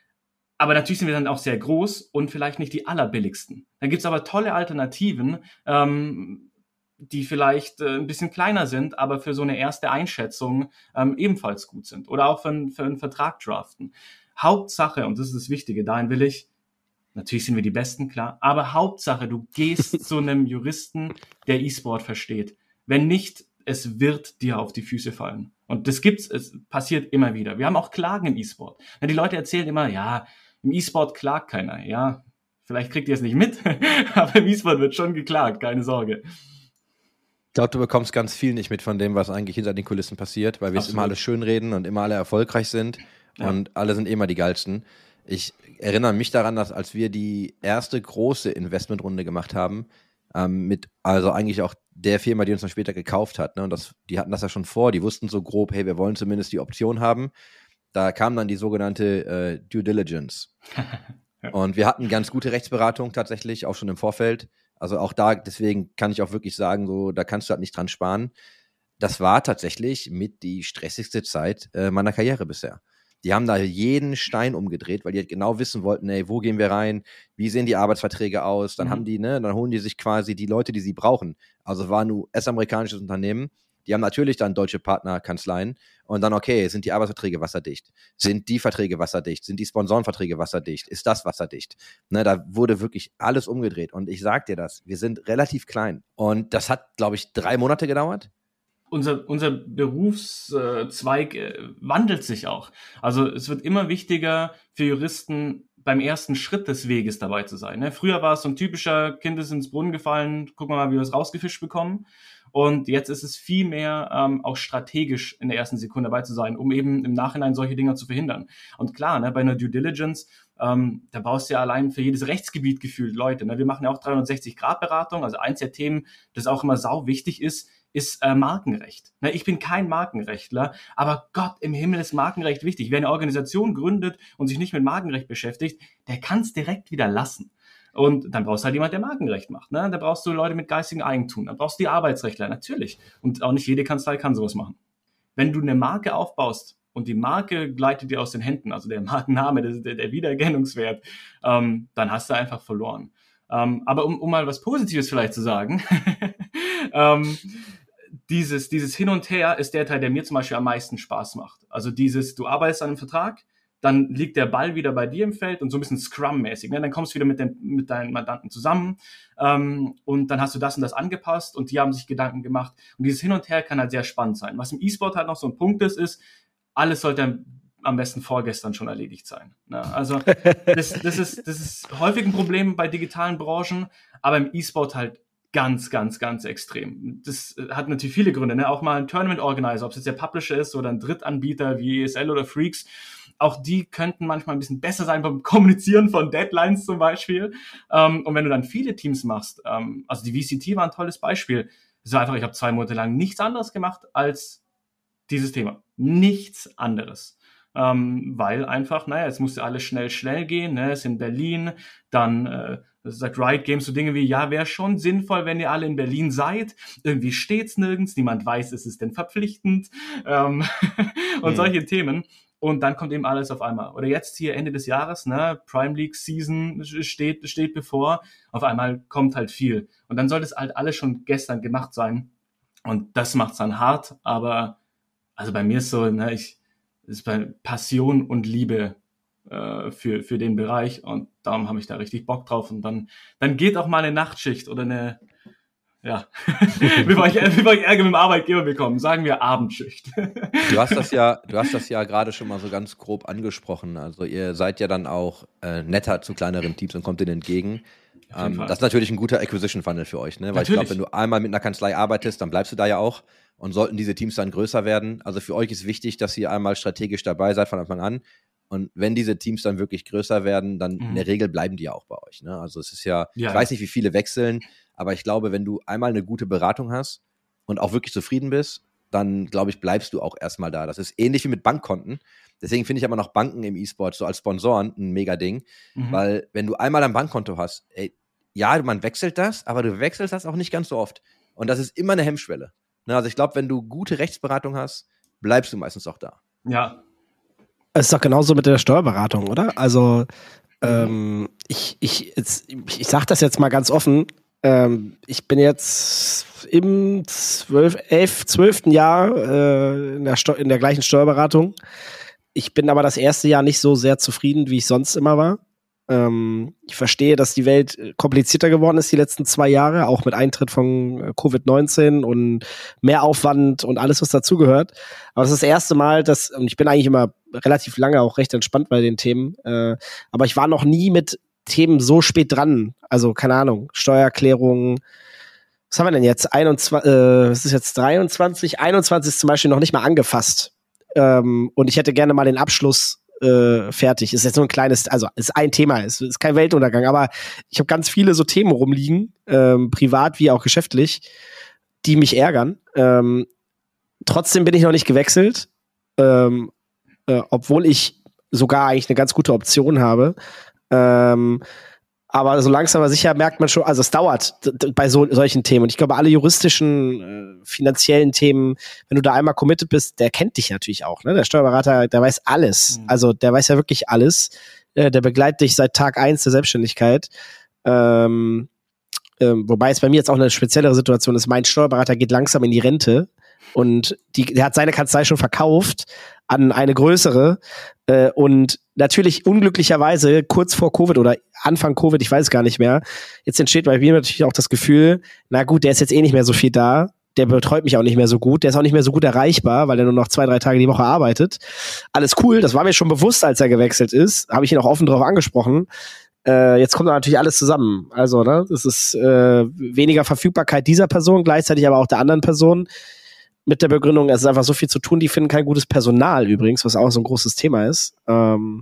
Aber natürlich sind wir dann auch sehr groß und vielleicht nicht die allerbilligsten. Dann gibt's aber tolle Alternativen, ähm, die vielleicht äh, ein bisschen kleiner sind, aber für so eine erste Einschätzung ähm, ebenfalls gut sind. Oder auch für, ein, für einen Vertrag draften. Hauptsache, und das ist das Wichtige, dahin will ich, natürlich sind wir die Besten, klar, aber Hauptsache, du gehst zu einem Juristen, der E-Sport versteht. Wenn nicht, es wird dir auf die Füße fallen. Und das gibt's, es passiert immer wieder. Wir haben auch Klagen im E-Sport. Die Leute erzählen immer, ja, im E-Sport klagt keiner. Ja, vielleicht kriegt ihr es nicht mit, aber im E-Sport wird schon geklagt, keine Sorge. Ich glaube, du bekommst ganz viel nicht mit von dem, was eigentlich hinter den Kulissen passiert, weil wir es immer alle schönreden und immer alle erfolgreich sind ja. und alle sind immer die Geilsten. Ich erinnere mich daran, dass als wir die erste große Investmentrunde gemacht haben, ähm, mit also eigentlich auch der Firma, die uns dann später gekauft hat, ne, und das, die hatten das ja schon vor, die wussten so grob, hey, wir wollen zumindest die Option haben. Da kam dann die sogenannte äh, Due Diligence. Und wir hatten ganz gute Rechtsberatung tatsächlich, auch schon im Vorfeld. Also auch da, deswegen kann ich auch wirklich sagen, so da kannst du halt nicht dran sparen. Das war tatsächlich mit die stressigste Zeit äh, meiner Karriere bisher. Die haben da jeden Stein umgedreht, weil die halt genau wissen wollten, ey, wo gehen wir rein, wie sehen die Arbeitsverträge aus, dann mhm. haben die, ne, dann holen die sich quasi die Leute, die sie brauchen. Also war ein U S-amerikanisches Unternehmen, die haben natürlich dann deutsche Partnerkanzleien und dann, okay, sind die Arbeitsverträge wasserdicht? Sind die Verträge wasserdicht? Sind die Sponsorenverträge wasserdicht? Ist das wasserdicht? Ne, da wurde wirklich alles umgedreht und ich sag dir das, wir sind relativ klein und das hat, glaube ich, drei Monate gedauert. Unser, unser Berufszweig äh, wandelt sich auch. Also es wird immer wichtiger für Juristen, beim ersten Schritt des Weges dabei zu sein. Ne? Früher war es so ein typischer Kind ist ins Brunnen gefallen, gucken wir mal, wie wir es rausgefischt bekommen. Und jetzt ist es viel mehr ähm, auch strategisch in der ersten Sekunde dabei zu sein, um eben im Nachhinein solche Dinge zu verhindern. Und klar, ne, bei einer Due Diligence, ähm, da brauchst du ja allein für jedes Rechtsgebiet gefühlt Leute. Ne? Wir machen ja auch dreihundertsechzig Grad Beratung, also eins der Themen, das auch immer sau wichtig ist, ist äh, Markenrecht. Ne, ich bin kein Markenrechtler, aber Gott im Himmel ist Markenrecht wichtig. Wer eine Organisation gründet und sich nicht mit Markenrecht beschäftigt, der kann es direkt wieder lassen. Und dann brauchst du halt jemand, der Markenrecht macht. Ne? Da brauchst du Leute mit geistigem Eigentum. Dann brauchst du die Arbeitsrechtler, natürlich. Und auch nicht jede Kanzlei kann sowas machen. Wenn du eine Marke aufbaust und die Marke gleitet dir aus den Händen, also der Markenname, der, der Wiedererkennungswert, ähm, dann hast du einfach verloren. Ähm, aber um, um mal was Positives vielleicht zu sagen, ähm, dieses, dieses Hin und Her ist der Teil, der mir zum Beispiel am meisten Spaß macht. Also dieses, du arbeitest an einem Vertrag, dann liegt der Ball wieder bei dir im Feld und so ein bisschen Scrum-mäßig. Ne? Dann kommst du wieder mit, den, mit deinen Mandanten zusammen ähm, und dann hast du das und das angepasst und die haben sich Gedanken gemacht. Und dieses Hin und Her kann halt sehr spannend sein. Was im E-Sport halt noch so ein Punkt ist, ist, alles sollte am besten vorgestern schon erledigt sein. Ne? Also das, das, ist, das ist häufig ein Problem bei digitalen Branchen, aber im E-Sport halt ganz, ganz, ganz extrem. Das hat natürlich viele Gründe. Ne? Auch mal ein Tournament-Organizer, ob es jetzt der Publisher ist oder ein Drittanbieter wie E S L oder Freaks, auch die könnten manchmal ein bisschen besser sein beim Kommunizieren von Deadlines zum Beispiel. Ähm, und wenn du dann viele Teams machst, ähm, also die V C T war ein tolles Beispiel. Es war einfach, ich habe zwei Monate lang nichts anderes gemacht als dieses Thema. Nichts anderes. Ähm, weil einfach, naja, es musste alles schnell, schnell gehen. Ne? Es ist in Berlin, dann äh, sagt Riot Games so Dinge wie, ja, wäre schon sinnvoll, wenn ihr alle in Berlin seid. Irgendwie steht's nirgends, niemand weiß, ist es denn verpflichtend? Ähm, und mhm. solche Themen. Und dann kommt eben alles auf einmal. Oder jetzt hier Ende des Jahres, ne, Prime League Season steht, steht bevor. Auf einmal kommt halt viel. Und dann sollte es halt alles schon gestern gemacht sein. Und das macht's dann hart. Aber, also bei mir ist so, ne, ich, ist bei Passion und Liebe äh, für, für den Bereich. Und darum habe ich da richtig Bock drauf. Und dann, dann geht auch mal eine Nachtschicht oder eine, ja, bevor, ich, bevor ich Ärger mit dem Arbeitgeber bekomme, sagen wir Abendschicht. Du hast das ja, du hast das ja gerade schon mal so ganz grob angesprochen. Also ihr seid ja dann auch äh, netter zu kleineren Teams und kommt denen entgegen. Ähm, das ist natürlich ein guter Acquisition-Funnel für euch, ne? Weil natürlich. Ich glaube, wenn du einmal mit einer Kanzlei arbeitest, dann bleibst du da ja auch. Und sollten diese Teams dann größer werden, also für euch ist wichtig, dass ihr einmal strategisch dabei seid von Anfang an. Und wenn diese Teams dann wirklich größer werden, dann mhm. in der Regel bleiben die ja auch bei euch. Ne? Also es ist ja, ja, ich weiß nicht, wie viele wechseln, aber ich glaube, wenn du einmal eine gute Beratung hast und auch wirklich zufrieden bist, dann, glaube ich, bleibst du auch erstmal da. Das ist ähnlich wie mit Bankkonten. Deswegen finde ich aber noch Banken im E-Sport so als Sponsoren ein mega Ding, mhm. weil wenn du einmal ein Bankkonto hast, ey, ja, man wechselt das, aber du wechselst das auch nicht ganz so oft. Und das ist immer eine Hemmschwelle. Ne? Also ich glaube, wenn du gute Rechtsberatung hast, bleibst du meistens auch da. Ja. Es ist doch genauso mit der Steuerberatung, oder? Also ähm, ich, ich, jetzt, ich sage das jetzt mal ganz offen, ähm, ich bin jetzt im zwölf, elf, zwölften Jahr äh, in, der Steu- in der gleichen Steuerberatung. Ich bin aber das erste Jahr nicht so sehr zufrieden, wie ich sonst immer war. Ähm, ich verstehe, dass die Welt komplizierter geworden ist die letzten zwei Jahre, auch mit Eintritt von Covid neunzehn und mehr Aufwand und alles, was dazugehört. Aber das ist das erste Mal, dass, und ich bin eigentlich immer relativ lange auch recht entspannt bei den Themen, äh, aber ich war noch nie mit Themen so spät dran. Also, keine Ahnung, Steuererklärung. Was haben wir denn jetzt? einundzwanzig, äh, was ist jetzt dreiundzwanzig? einundzwanzig ist zum Beispiel noch nicht mal angefasst. Ähm, und ich hätte gerne mal den Abschluss Äh, fertig. Ist jetzt nur ein kleines, also ist ein Thema, ist, ist kein Weltuntergang, aber ich habe ganz viele so Themen rumliegen, ähm, privat wie auch geschäftlich, die mich ärgern. Ähm, trotzdem bin ich noch nicht gewechselt, ähm, äh, obwohl ich sogar eigentlich eine ganz gute Option habe. Ähm, aber so langsam aber sicher merkt man schon, also es dauert d- d- bei so, solchen Themen. Und ich glaube, alle juristischen, äh, finanziellen Themen, wenn du da einmal committed bist, der kennt dich natürlich auch. Ne? Der Steuerberater, der weiß alles. Mhm. Also der weiß ja wirklich alles. Äh, der begleitet dich seit Tag eins der Selbstständigkeit. Ähm, ähm, wobei es bei mir jetzt auch eine speziellere Situation ist. Mein Steuerberater geht langsam in die Rente. Und die, der hat seine Kanzlei schon verkauft an eine größere. Äh, und natürlich unglücklicherweise kurz vor Covid oder Anfang Covid, ich weiß es gar nicht mehr, jetzt entsteht bei mir natürlich auch das Gefühl, na gut, der ist jetzt eh nicht mehr so viel da, der betreut mich auch nicht mehr so gut, der ist auch nicht mehr so gut erreichbar, weil er nur noch zwei, drei Tage die Woche arbeitet. Alles cool, das war mir schon bewusst, als er gewechselt ist, habe ich ihn auch offen drauf angesprochen. Äh, jetzt kommt natürlich alles zusammen. Also, ne, das ist äh, weniger Verfügbarkeit dieser Person, gleichzeitig aber auch der anderen Person. Mit der Begründung, es ist einfach so viel zu tun, die finden kein gutes Personal übrigens, was auch so ein großes Thema ist. Ähm,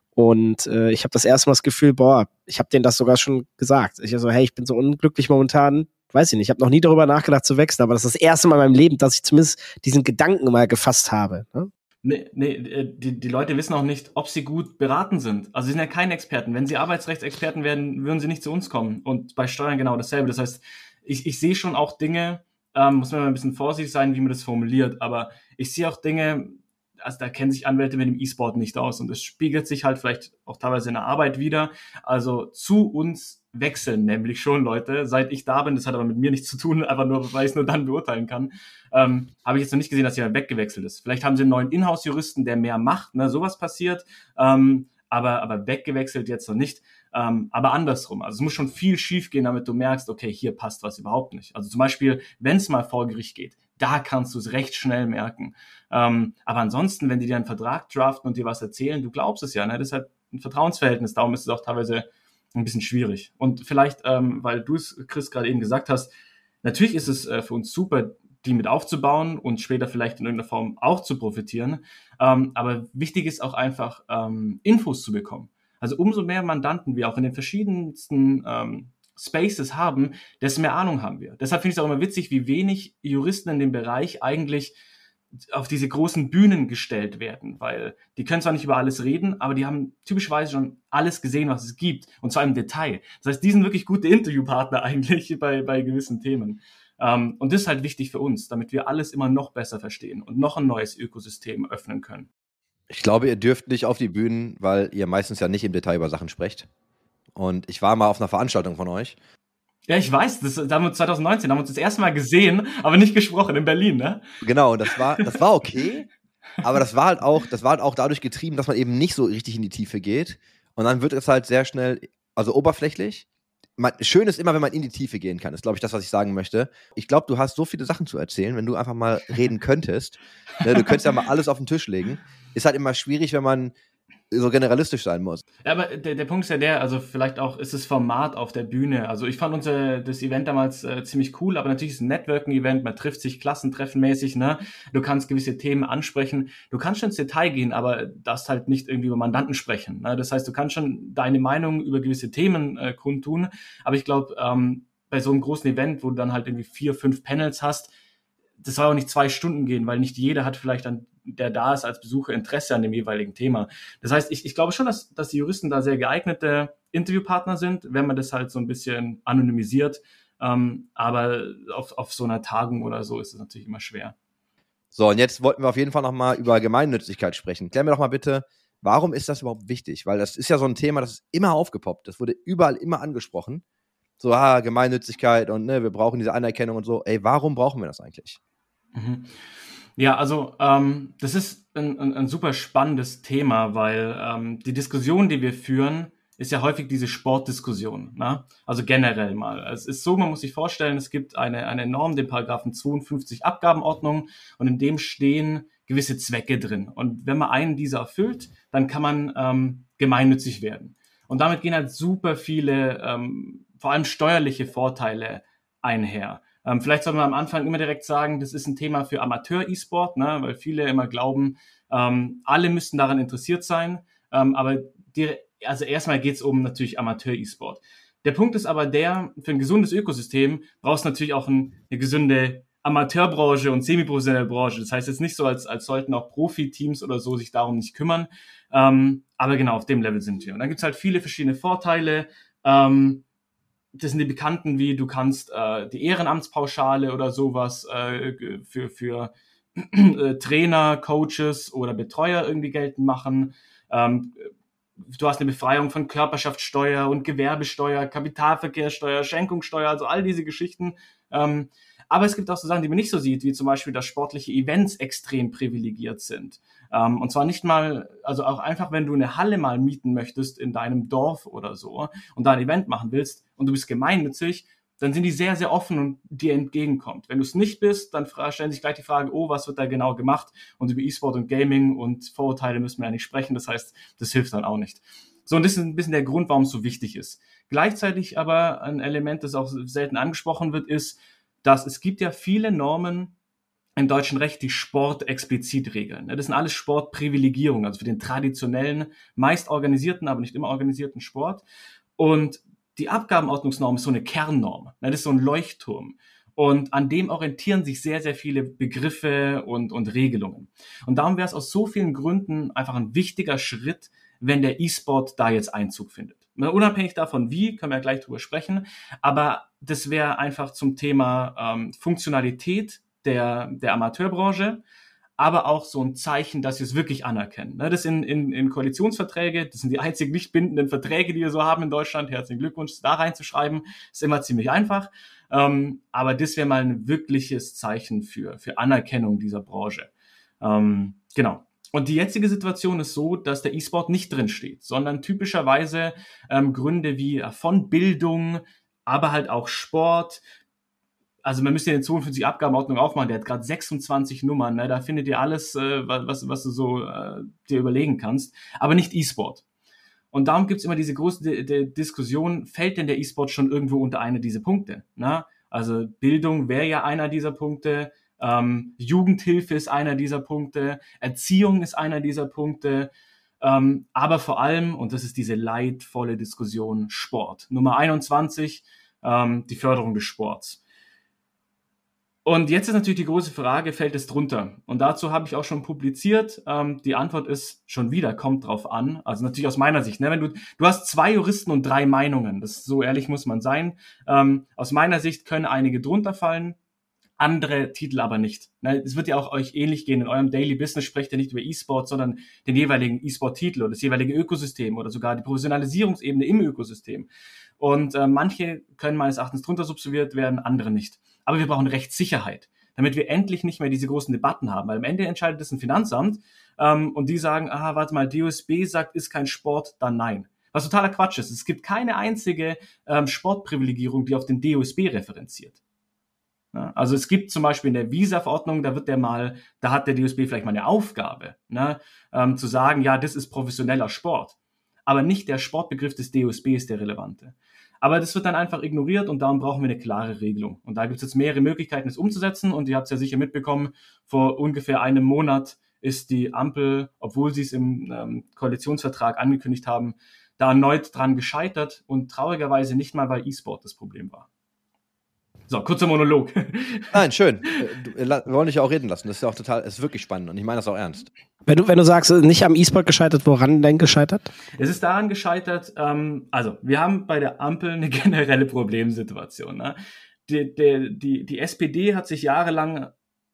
und äh, ich habe das erste Mal das Gefühl, boah, ich habe denen das sogar schon gesagt. Ich so, hey, ich bin so unglücklich momentan, weiß ich nicht, ich habe noch nie darüber nachgedacht zu wechseln, aber das ist das erste Mal in meinem Leben, dass ich zumindest diesen Gedanken mal gefasst habe. Ne? Nee, nee, die, die Leute wissen auch nicht, ob sie gut beraten sind. Also sie sind ja keine Experten. Wenn sie Arbeitsrechtsexperten werden, würden sie nicht zu uns kommen. Und bei Steuern genau dasselbe. Das heißt, ich, ich sehe schon auch Dinge, ähm, muss man mal ein bisschen vorsichtig sein, wie man das formuliert, aber ich sehe auch Dinge, also da kennen sich Anwälte mit dem E-Sport nicht aus und es spiegelt sich halt vielleicht auch teilweise in der Arbeit wieder. Also zu uns wechseln nämlich schon Leute, seit ich da bin, das hat aber mit mir nichts zu tun, einfach nur, weil ich es nur dann beurteilen kann, ähm, habe ich jetzt noch nicht gesehen, dass jemand weggewechselt ist. Vielleicht haben sie einen neuen Inhouse-Juristen, der mehr macht, ne, sowas passiert, ähm, aber, aber weggewechselt jetzt noch nicht. Ähm, aber andersrum, also es muss schon viel schief gehen, damit du merkst, okay, hier passt was überhaupt nicht. Also zum Beispiel, wenn es mal vor Gericht geht, da kannst du es recht schnell merken. Ähm, aber ansonsten, wenn die dir einen Vertrag draften und dir was erzählen, du glaubst es ja, ne? Das ist halt ein Vertrauensverhältnis, darum ist es auch teilweise ein bisschen schwierig. Und vielleicht, ähm, weil du es, Chris, gerade eben gesagt hast, natürlich ist es äh, für uns super, die mit aufzubauen und später vielleicht in irgendeiner Form auch zu profitieren. Ähm, aber wichtig ist auch einfach, ähm, Infos zu bekommen. Also umso mehr Mandanten wir auch in den verschiedensten ähm, Spaces haben, desto mehr Ahnung haben wir. Deshalb finde ich es auch immer witzig, wie wenig Juristen in dem Bereich eigentlich auf diese großen Bühnen gestellt werden, weil die können zwar nicht über alles reden, aber die haben typischerweise schon alles gesehen, was es gibt, und zwar im Detail. Das heißt, die sind wirklich gute Interviewpartner eigentlich bei, bei gewissen Themen. Um, und das ist halt wichtig für uns, damit wir alles immer noch besser verstehen und noch ein neues Ökosystem öffnen können. Ich glaube, ihr dürft nicht auf die Bühnen, weil ihr meistens ja nicht im Detail über Sachen sprecht. Und ich war mal auf einer Veranstaltung von euch. Ja, ich weiß, das, da haben wir zwanzig neunzehn, haben wir uns das erste Mal gesehen, aber nicht gesprochen, in Berlin, ne? Genau, das war, das war okay, aber das war halt auch, das war halt auch dadurch getrieben, dass man eben nicht so richtig in die Tiefe geht. Und dann wird es halt sehr schnell, also oberflächlich. Man, schön ist immer, wenn man in die Tiefe gehen kann, ist, glaube ich, das, was ich sagen möchte. Ich glaube, du hast so viele Sachen zu erzählen, wenn du einfach mal reden könntest. Ne, du könntest ja mal alles auf den Tisch legen. Ist halt immer schwierig, wenn man so generalistisch sein muss. Ja, aber der, der Punkt ist ja der, also vielleicht auch ist das Format auf der Bühne. Also ich fand unser das Event damals äh, ziemlich cool, aber natürlich ist es ein Networking-Event, man trifft sich klassentreffenmäßig, ne? Du kannst gewisse Themen ansprechen, du kannst schon ins Detail gehen, aber darfst halt nicht irgendwie über Mandanten sprechen, ne? Das heißt, du kannst schon deine Meinung über gewisse Themen äh, kundtun, aber ich glaube, ähm, bei so einem großen Event, wo du dann halt irgendwie vier, fünf Panels hast, das soll auch nicht zwei Stunden gehen, weil nicht jeder hat vielleicht dann, der da ist als Besucher, Interesse an dem jeweiligen Thema. Das heißt, ich, ich glaube schon, dass, dass die Juristen da sehr geeignete Interviewpartner sind, wenn man das halt so ein bisschen anonymisiert. Ähm, aber auf, auf so einer Tagung oder so ist es natürlich immer schwer. So, und jetzt wollten wir auf jeden Fall nochmal über Gemeinnützigkeit sprechen. Klär mir doch mal bitte, warum ist das überhaupt wichtig? Weil das ist ja so ein Thema, das ist immer aufgepoppt. Das wurde überall immer angesprochen. So, ah, Gemeinnützigkeit und ne, wir brauchen diese Anerkennung und so. Ey, warum brauchen wir das eigentlich? Mhm. Ja, also ähm, das ist ein, ein, ein super spannendes Thema, weil ähm, die Diskussion, die wir führen, ist ja häufig diese Sportdiskussion, ne? Also generell mal. Es ist so, man muss sich vorstellen, es gibt eine, eine Norm, den Paragraphen zweiundfünfzig Abgabenordnung, und in dem stehen gewisse Zwecke drin. Und wenn man einen dieser erfüllt, dann kann man ähm, gemeinnützig werden. Und damit gehen halt super viele, ähm, vor allem steuerliche Vorteile einher. Ähm, vielleicht soll man am Anfang immer direkt sagen, das ist ein Thema für Amateur-E-Sport, ne? Weil viele immer glauben, ähm, alle müssten daran interessiert sein. Ähm, aber die, also erstmal geht es um natürlich Amateur-E-Sport. Der Punkt ist aber der, für ein gesundes Ökosystem brauchst du natürlich auch ein, eine gesunde Amateurbranche und semi-professionelle Branche. Das heißt jetzt nicht so, als, als sollten auch Profiteams oder so sich darum nicht kümmern. Ähm, aber genau, auf dem Level sind wir. Und dann gibt's halt viele verschiedene Vorteile. Ähm, das sind die bekannten, wie du kannst äh, die Ehrenamtspauschale oder sowas äh, für, für äh, Trainer, Coaches oder Betreuer irgendwie geltend machen. Ähm, du hast eine Befreiung von Körperschaftssteuer und Gewerbesteuer, Kapitalverkehrssteuer, Schenkungssteuer, also all diese Geschichten. Ähm, aber es gibt auch so Sachen, die man nicht so sieht, wie zum Beispiel, dass sportliche Events extrem privilegiert sind. Ähm, und zwar nicht mal, also auch einfach, wenn du eine Halle mal mieten möchtest in deinem Dorf oder so und da ein Event machen willst und du bist gemeinnützig, dann sind die sehr, sehr offen und dir entgegenkommt. Wenn du es nicht bist, dann stellen sich gleich die Frage, oh, was wird da genau gemacht? Und über E-Sport und Gaming und Vorurteile müssen wir ja nicht sprechen. Das heißt, das hilft dann auch nicht. So, und das ist ein bisschen der Grund, warum es so wichtig ist. Gleichzeitig aber ein Element, das auch selten angesprochen wird, ist, dass es gibt ja viele Normen im deutschen Recht, die Sport explizit regeln. Das sind alles Sportprivilegierungen, also für den traditionellen, meist organisierten, aber nicht immer organisierten Sport. Und die Abgabenordnungsnorm ist so eine Kernnorm. Das ist so ein Leuchtturm. Und an dem orientieren sich sehr, sehr viele Begriffe und, und Regelungen. Und darum wäre es aus so vielen Gründen einfach ein wichtiger Schritt, wenn der E-Sport da jetzt Einzug findet. Unabhängig davon, wie, können wir ja gleich drüber sprechen. Aber das wäre einfach zum Thema ähm, Funktionalität der, der Amateurbranche, aber auch so ein Zeichen, dass sie es wirklich anerkennen. Das in, in, in Koalitionsverträge, das sind die einzig nicht bindenden Verträge, die wir so haben in Deutschland. Herzlichen Glückwunsch, da reinzuschreiben, ist immer ziemlich einfach. Ähm, aber das wäre mal ein wirkliches Zeichen für, für Anerkennung dieser Branche. Ähm, genau. Und die jetzige Situation ist so, dass der E-Sport nicht drin steht, sondern typischerweise ähm, Gründe wie äh, von Bildung, aber halt auch Sport. Also man müsste ja den zweiundfünfzig Abgabenordnung aufmachen, der hat gerade sechsundzwanzig Nummern, ne? Da findet ihr alles, äh, was, was du so äh, dir überlegen kannst, aber nicht E-Sport. Und darum gibt's immer diese große D- D- Diskussion, fällt denn der E-Sport schon irgendwo unter eine dieser Punkte? Ne? Also Bildung wäre ja einer dieser Punkte, ähm, Jugendhilfe ist einer dieser Punkte, Erziehung ist einer dieser Punkte, ähm, aber vor allem, und das ist diese leidvolle Diskussion, Sport. Nummer einundzwanzig, ähm, die Förderung des Sports. Und jetzt ist natürlich die große Frage, fällt es drunter? Und dazu habe ich auch schon publiziert. Ähm, die Antwort ist schon wieder, kommt drauf an. Also natürlich aus meiner Sicht. Ne? Wenn du, du hast zwei Juristen und drei Meinungen. Das, so ehrlich muss man sein. Ähm, aus meiner Sicht können einige drunter fallen, andere Titel aber nicht. Ne? Es wird ja auch euch ähnlich gehen. In eurem Daily Business sprecht ihr nicht über E-Sport, sondern den jeweiligen E-Sport-Titel oder das jeweilige Ökosystem oder sogar die Professionalisierungsebene im Ökosystem. Und äh, manche können meines Erachtens drunter subsumiert werden, andere nicht. Aber wir brauchen Rechtssicherheit, damit wir endlich nicht mehr diese großen Debatten haben. Weil am Ende entscheidet es ein Finanzamt ähm, und die sagen, aha, warte mal, D O S B sagt, ist kein Sport, dann nein. Was totaler Quatsch ist. Es gibt keine einzige ähm, Sportprivilegierung, die auf den D O S B referenziert. Ja, also es gibt zum Beispiel in der Visa-Verordnung, da wird der mal, da hat der D O S B vielleicht mal eine Aufgabe, ne, ähm, zu sagen, ja, das ist professioneller Sport. Aber nicht der Sportbegriff des D O S B ist der relevante. Aber das wird dann einfach ignoriert und darum brauchen wir eine klare Regelung. Und da gibt es jetzt mehrere Möglichkeiten, es umzusetzen. Und ihr habt es ja sicher mitbekommen, vor ungefähr einem Monat ist die Ampel, obwohl sie es im ähm, Koalitionsvertrag angekündigt haben, da erneut dran gescheitert und traurigerweise nicht mal, weil E-Sport das Problem war. So, kurzer Monolog. Nein, schön. Wir wollen dich ja auch reden lassen. Das ist ja auch total, ist wirklich spannend und ich meine das auch ernst. Wenn du, wenn du sagst, nicht am E-Sport gescheitert, woran denn gescheitert? Es ist daran gescheitert, ähm, also wir haben bei der Ampel eine generelle Problemsituation. Ne? Die, die, die, die S P D hat sich jahrelang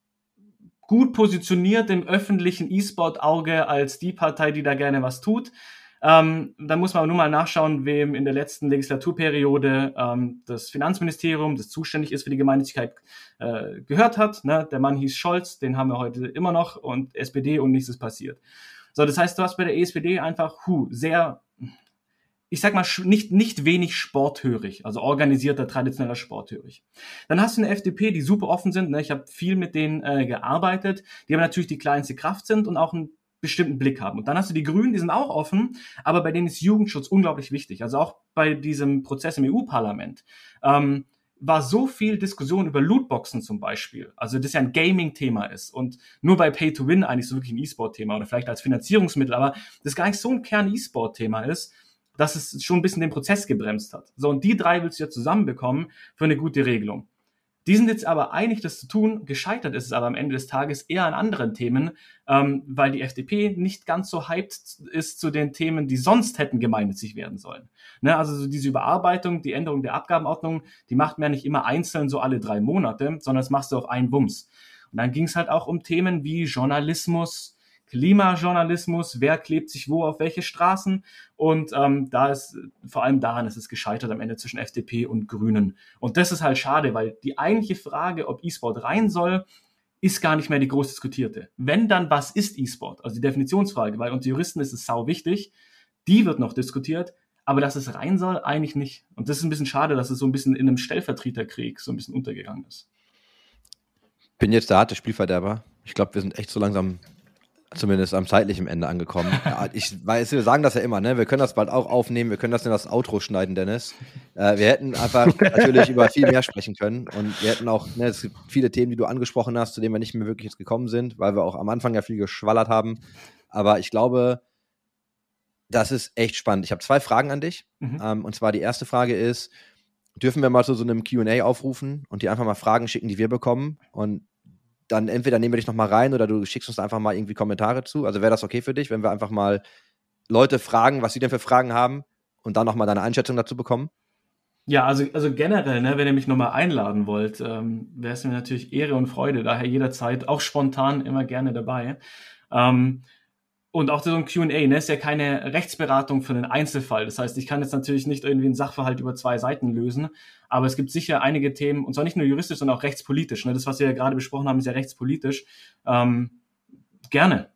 gut positioniert im öffentlichen E-Sport-Auge als die Partei, die da gerne was tut. Ähm, da muss man nur mal nachschauen, wem in der letzten Legislaturperiode ähm, das Finanzministerium, das zuständig ist für die Gemeinnützigkeit, äh, gehört hat. Ne? Der Mann hieß Scholz, den haben wir heute immer noch und S P D und nichts ist passiert. So, das heißt, du hast bei der E S P D einfach hu, sehr, ich sag mal, nicht, nicht wenig sporthörig, also organisierter, traditioneller sporthörig. Dann hast du eine F D P, die super offen sind. Ne? Ich habe viel mit denen äh, gearbeitet, die aber natürlich die kleinste Kraft sind und auch ein bestimmten Blick haben. Und dann hast du die Grünen, die sind auch offen, aber bei denen ist Jugendschutz unglaublich wichtig. Also auch bei diesem Prozess im E U-Parlament ähm, war so viel Diskussion über Lootboxen zum Beispiel, also das ja ein Gaming-Thema ist und nur bei Pay-to-Win eigentlich so wirklich ein E-Sport-Thema oder vielleicht als Finanzierungsmittel, aber das gar nicht so ein Kern-E-Sport-Thema ist, dass es schon ein bisschen den Prozess gebremst hat. So, und die drei willst du ja zusammenbekommen für eine gute Regelung. Die sind jetzt aber einig, das zu tun. Gescheitert ist es aber am Ende des Tages eher an anderen Themen, ähm, weil die F D P nicht ganz so hyped ist zu den Themen, die sonst hätten gemeinnützig werden sollen. Ne, also so diese Überarbeitung, die Änderung der Abgabenordnung, die macht man ja nicht immer einzeln so alle drei Monate, sondern das machst du auf einen Wumms. Und dann ging es halt auch um Themen wie Journalismus, Klimajournalismus, wer klebt sich wo auf welche Straßen und ähm, da ist vor allem daran ist es gescheitert am Ende zwischen F D P und Grünen und das ist halt schade, weil die eigentliche Frage, ob E-Sport rein soll, ist gar nicht mehr die groß diskutierte. Wenn dann, was ist E-Sport? Also die Definitionsfrage, weil unter Juristen ist es sau wichtig, die wird noch diskutiert, aber dass es rein soll, eigentlich nicht. Und das ist ein bisschen schade, dass es so ein bisschen in einem Stellvertreterkrieg so ein bisschen untergegangen ist. Bin jetzt der harte Spielverderber. Ich glaube, wir sind echt so langsam zumindest am zeitlichen Ende angekommen. Ja, ich weiß, wir sagen das ja immer, ne? Wir können das bald auch aufnehmen, wir können das in das Outro schneiden, Dennis. Äh, wir hätten einfach natürlich über viel mehr sprechen können und wir hätten auch, ne, es gibt viele Themen, die du angesprochen hast, zu denen wir nicht mehr wirklich jetzt gekommen sind, weil wir auch am Anfang ja viel geschwallert haben. Aber ich glaube, das ist echt spannend. Ich habe zwei Fragen an dich. Mhm. Ähm, und zwar die erste Frage ist, dürfen wir mal zu so einem Q und A aufrufen und dir einfach mal Fragen schicken, die wir bekommen, und dann entweder nehmen wir dich noch mal rein oder du schickst uns einfach mal irgendwie Kommentare zu. Also wäre das okay für dich, wenn wir einfach mal Leute fragen, was sie denn für Fragen haben und dann noch mal deine Einschätzung dazu bekommen? Ja, also, also generell, ne, wenn ihr mich noch mal einladen wollt, ähm, wäre es mir natürlich Ehre und Freude, daher jederzeit, auch spontan, immer gerne dabei. Ähm, Und auch so ein Q und A, ne, ist ja keine Rechtsberatung für einen Einzelfall. Das heißt, ich kann jetzt natürlich nicht irgendwie einen Sachverhalt über zwei Seiten lösen, aber es gibt sicher einige Themen, und zwar nicht nur juristisch, sondern auch rechtspolitisch. Ne? Das, was wir ja gerade besprochen haben, ist ja rechtspolitisch. Ähm, gerne.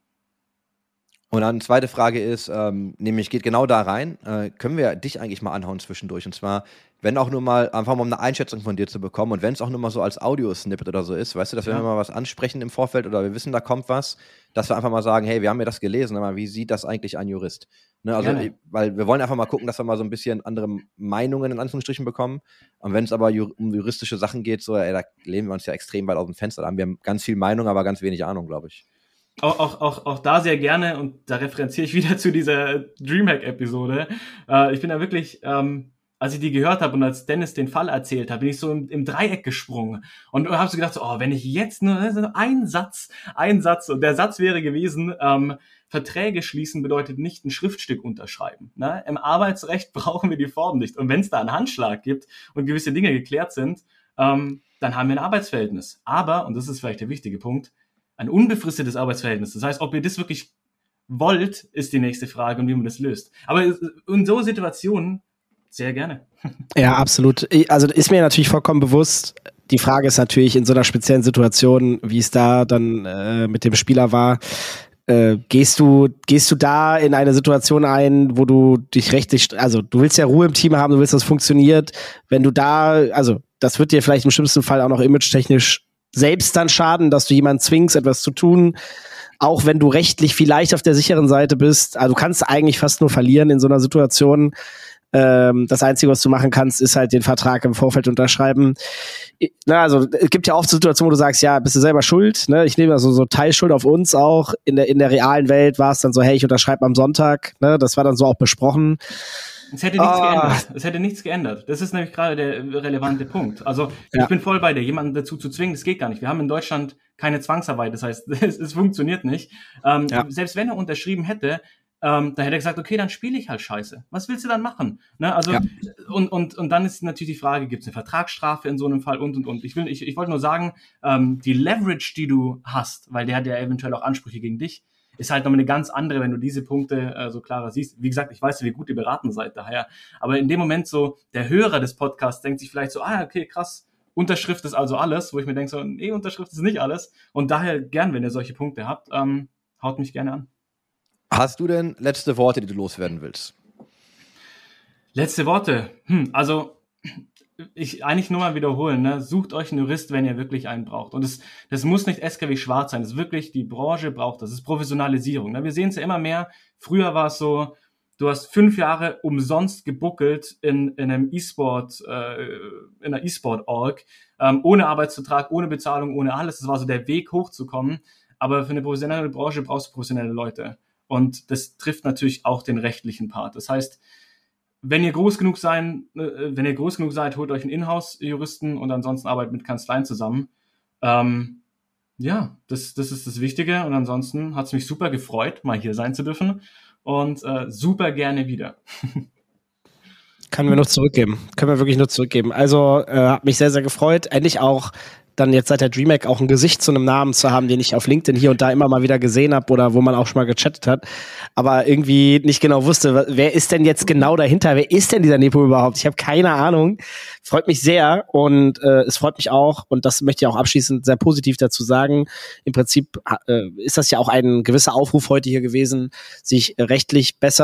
Und dann zweite Frage ist, ähm, nämlich geht genau da rein, äh, können wir dich eigentlich mal anhauen zwischendurch, und zwar, wenn auch nur mal, einfach mal eine Einschätzung von dir zu bekommen, und wenn es auch nur mal so als Audio-Snippet oder so ist, weißt du, dass wir ja. mal was ansprechen im Vorfeld oder wir wissen, da kommt was, dass wir einfach mal sagen, hey, wir haben ja das gelesen, aber wie sieht das eigentlich ein Jurist? Ne, also, Gerne. Weil wir wollen einfach mal gucken, dass wir mal so ein bisschen andere Meinungen in Anführungsstrichen bekommen, und wenn es aber ju- um juristische Sachen geht, so, ey, da lehnen wir uns ja extrem weit aus dem Fenster, da haben wir ganz viel Meinung, aber ganz wenig Ahnung, glaube ich. Auch, auch, auch, auch da sehr gerne, und da referenziere ich wieder zu dieser Dreamhack-Episode. Äh, ich bin da wirklich, ähm, als ich die gehört habe und als Dennis den Fall erzählt hat, bin ich so im, im Dreieck gesprungen und habe so gedacht, so, oh, wenn ich jetzt nur ein Satz, ein Satz, und der Satz wäre gewesen, ähm, Verträge schließen bedeutet nicht ein Schriftstück unterschreiben. Ne? Im Arbeitsrecht brauchen wir die Form nicht. Und wenn es da einen Handschlag gibt und gewisse Dinge geklärt sind, ähm, dann haben wir ein Arbeitsverhältnis. Aber, und das ist vielleicht der wichtige Punkt, ein unbefristetes Arbeitsverhältnis. Das heißt, ob ihr das wirklich wollt, ist die nächste Frage, und wie man das löst. Aber in so Situationen sehr gerne. Ja, absolut. Also ist mir natürlich vollkommen bewusst, die Frage ist natürlich in so einer speziellen Situation, wie es da dann äh, mit dem Spieler war, äh, gehst du gehst du da in eine Situation ein, wo du dich rechtlich, also du willst ja Ruhe im Team haben, du willst, dass es funktioniert. Wenn du da, also das wird dir vielleicht im schlimmsten Fall auch noch image-technisch selbst dann schaden, dass du jemanden zwingst, etwas zu tun, auch wenn du rechtlich vielleicht auf der sicheren Seite bist. Also du kannst eigentlich fast nur verlieren in so einer Situation. Ähm, das Einzige, was du machen kannst, ist halt den Vertrag im Vorfeld unterschreiben. Na, also es gibt ja oft Situationen, wo du sagst, ja, bist du selber schuld. Ne? Ich nehme also so Teilschuld auf uns auch. In der in der realen Welt war es dann so, hey, ich unterschreibe am Sonntag. Ne? Das war dann so auch besprochen. Es hätte nichts ah. geändert. Es hätte nichts geändert. Das ist nämlich gerade der relevante Punkt. Also ja. ich bin voll bei dir. Jemanden dazu zu zwingen, das geht gar nicht. Wir haben in Deutschland keine Zwangsarbeit. Das heißt, es, es funktioniert nicht. Ähm, ja. Selbst wenn er unterschrieben hätte, ähm, dann hätte er gesagt, okay, dann spiele ich halt scheiße. Was willst du dann machen? Ne? Also ja. und und und dann ist natürlich die Frage, gibt es eine Vertragsstrafe in so einem Fall und und und. Ich will, ich, ich wollte nur sagen, ähm, die Leverage, die du hast, weil der hat ja eventuell auch Ansprüche gegen dich, ist halt nochmal eine ganz andere, wenn du diese Punkte äh, so klarer siehst. Wie gesagt, ich weiß, wie gut ihr beraten seid daher. Aber in dem Moment so, der Hörer des Podcasts denkt sich vielleicht so, ah, okay, krass, Unterschrift ist also alles, wo ich mir denke so, nee, Unterschrift ist nicht alles. Und daher gern, wenn ihr solche Punkte habt, ähm, haut mich gerne an. Hast du denn letzte Worte, die du loswerden willst? Letzte Worte? Hm, also ich eigentlich nur mal wiederholen, ne? Sucht euch einen Jurist, wenn ihr wirklich einen braucht. Und das, das muss nicht S K W schwarz sein. Das ist wirklich, die Branche braucht das. Das ist Professionalisierung. Ne? Wir sehen es ja immer mehr. Früher war es so, du hast fünf Jahre umsonst gebuckelt in, in einem E-Sport, äh, in einer E-Sport-Org, ähm, ohne Arbeitsvertrag, ohne Bezahlung, ohne alles. Das war so der Weg hochzukommen. Aber für eine professionelle Branche brauchst du professionelle Leute. Und das trifft natürlich auch den rechtlichen Part. Das heißt, wenn ihr groß genug sein, wenn ihr groß genug seid, holt euch einen Inhouse-Juristen und ansonsten arbeitet mit Kanzleien zusammen. Ähm, ja, das, das ist das Wichtige. Und ansonsten hat es mich super gefreut, mal hier sein zu dürfen. Und äh, super gerne wieder. Können wir noch zurückgeben. Können wir wirklich nur zurückgeben. Also äh, hat mich sehr, sehr gefreut. Endlich auch dann jetzt seit der DreamHack auch ein Gesicht zu einem Namen zu haben, den ich auf LinkedIn hier und da immer mal wieder gesehen habe oder wo man auch schon mal gechattet hat, aber irgendwie nicht genau wusste, wer ist denn jetzt genau dahinter, wer ist denn dieser Nepo überhaupt? Ich habe keine Ahnung. Freut mich sehr und äh, es freut mich auch, und das möchte ich auch abschließend sehr positiv dazu sagen, im Prinzip äh, ist das ja auch ein gewisser Aufruf heute hier gewesen, sich rechtlich besser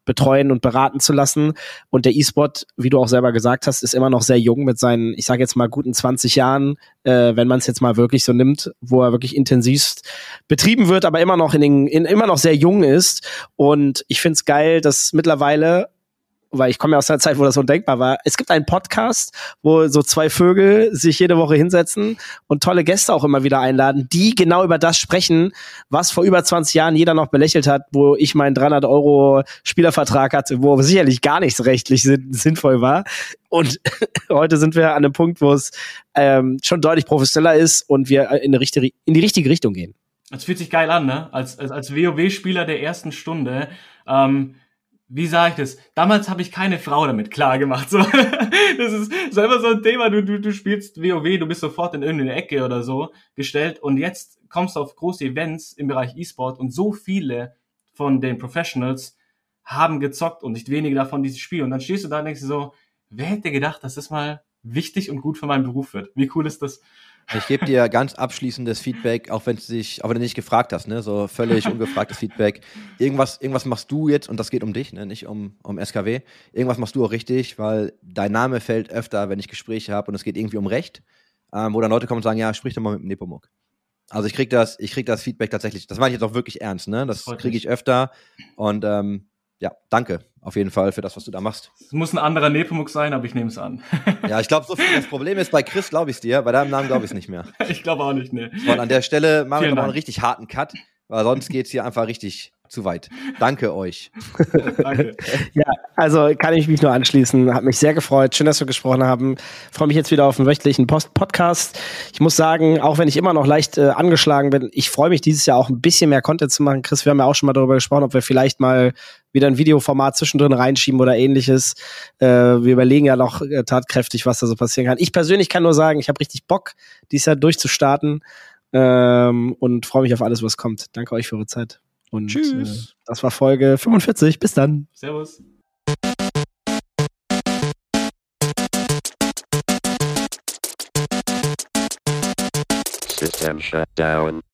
betreuen und beraten zu lassen. Und der E-Sport, wie du auch selber gesagt hast, ist immer noch sehr jung mit seinen, ich sage jetzt mal, guten zwanzig Jahren, äh, wenn man es jetzt mal wirklich so nimmt, wo er wirklich intensivst betrieben wird, aber immer noch in den, in, immer noch sehr jung ist. Und ich find's geil, dass mittlerweile, weil ich komme ja aus einer Zeit, wo das undenkbar war. Es gibt einen Podcast, wo so zwei Vögel sich jede Woche hinsetzen und tolle Gäste auch immer wieder einladen, die genau über das sprechen, was vor über zwanzig Jahren jeder noch belächelt hat, wo ich meinen dreihundert Euro Spielervertrag hatte, wo sicherlich gar nichts rechtlich sinn- sinnvoll war. Und heute sind wir an einem Punkt, wo es ähm, schon deutlich professioneller ist und wir in, eine richtige, in die richtige Richtung gehen. Es fühlt sich geil an, ne? Als, als, als WoW-Spieler der ersten Stunde, ähm, wie sage ich das? Damals habe ich keine Frau damit klar gemacht. So. Das ist selber so ein Thema. Du, du, du spielst WoW, du bist sofort in irgendeine Ecke oder so gestellt und jetzt kommst du auf große Events im Bereich E-Sport und so viele von den Professionals haben gezockt und nicht wenige davon dieses Spiel. Und dann stehst du da und denkst dir so, wer hätte gedacht, dass das mal wichtig und gut für meinen Beruf wird? Wie cool ist das? Ich gebe dir ganz abschließendes Feedback, auch wenn du dich, auch wenn du nicht gefragt hast, ne, so völlig ungefragtes Feedback. Irgendwas, irgendwas machst du jetzt, und das geht um dich, ne, nicht um, um S K W. Irgendwas machst du auch richtig, weil dein Name fällt öfter, wenn ich Gespräche habe und es geht irgendwie um Recht, ähm, wo dann Leute kommen und sagen, ja, sprich doch mal mit dem Nepomuk. Also ich krieg das, ich krieg das Feedback tatsächlich, das meine ich jetzt auch wirklich ernst, ne, das kriege ich öfter und ähm, ja, danke auf jeden Fall für das, was du da machst. Es muss ein anderer Nepomuk sein, aber ich nehme es an. Ja, ich glaube, so viel das Problem ist, bei Chris glaube ich es dir, bei deinem Namen glaube ich es nicht mehr. Ich glaube auch nicht, ne. Und an der Stelle machen wir Vielen aber einen Dank. richtig harten Cut, weil sonst geht's hier einfach richtig zu weit. Danke euch. Danke. Ja, also kann ich mich nur anschließen. Hat mich sehr gefreut. Schön, dass wir gesprochen haben. Freue mich jetzt wieder auf einen wöchentlichen Post- Podcast. Ich muss sagen, auch wenn ich immer noch leicht äh, angeschlagen bin, ich freue mich dieses Jahr auch ein bisschen mehr Content zu machen. Chris, wir haben ja auch schon mal darüber gesprochen, ob wir vielleicht mal wieder ein Videoformat zwischendrin reinschieben oder ähnliches. Äh, wir überlegen ja noch äh, tatkräftig, was da so passieren kann. Ich persönlich kann nur sagen, ich habe richtig Bock, dieses Jahr durchzustarten ähm, und freue mich auf alles, was kommt. Danke euch für eure Zeit. Und Tschüss. Äh, das war Folge fünfundvierzig. Bis dann. Servus. System shut down.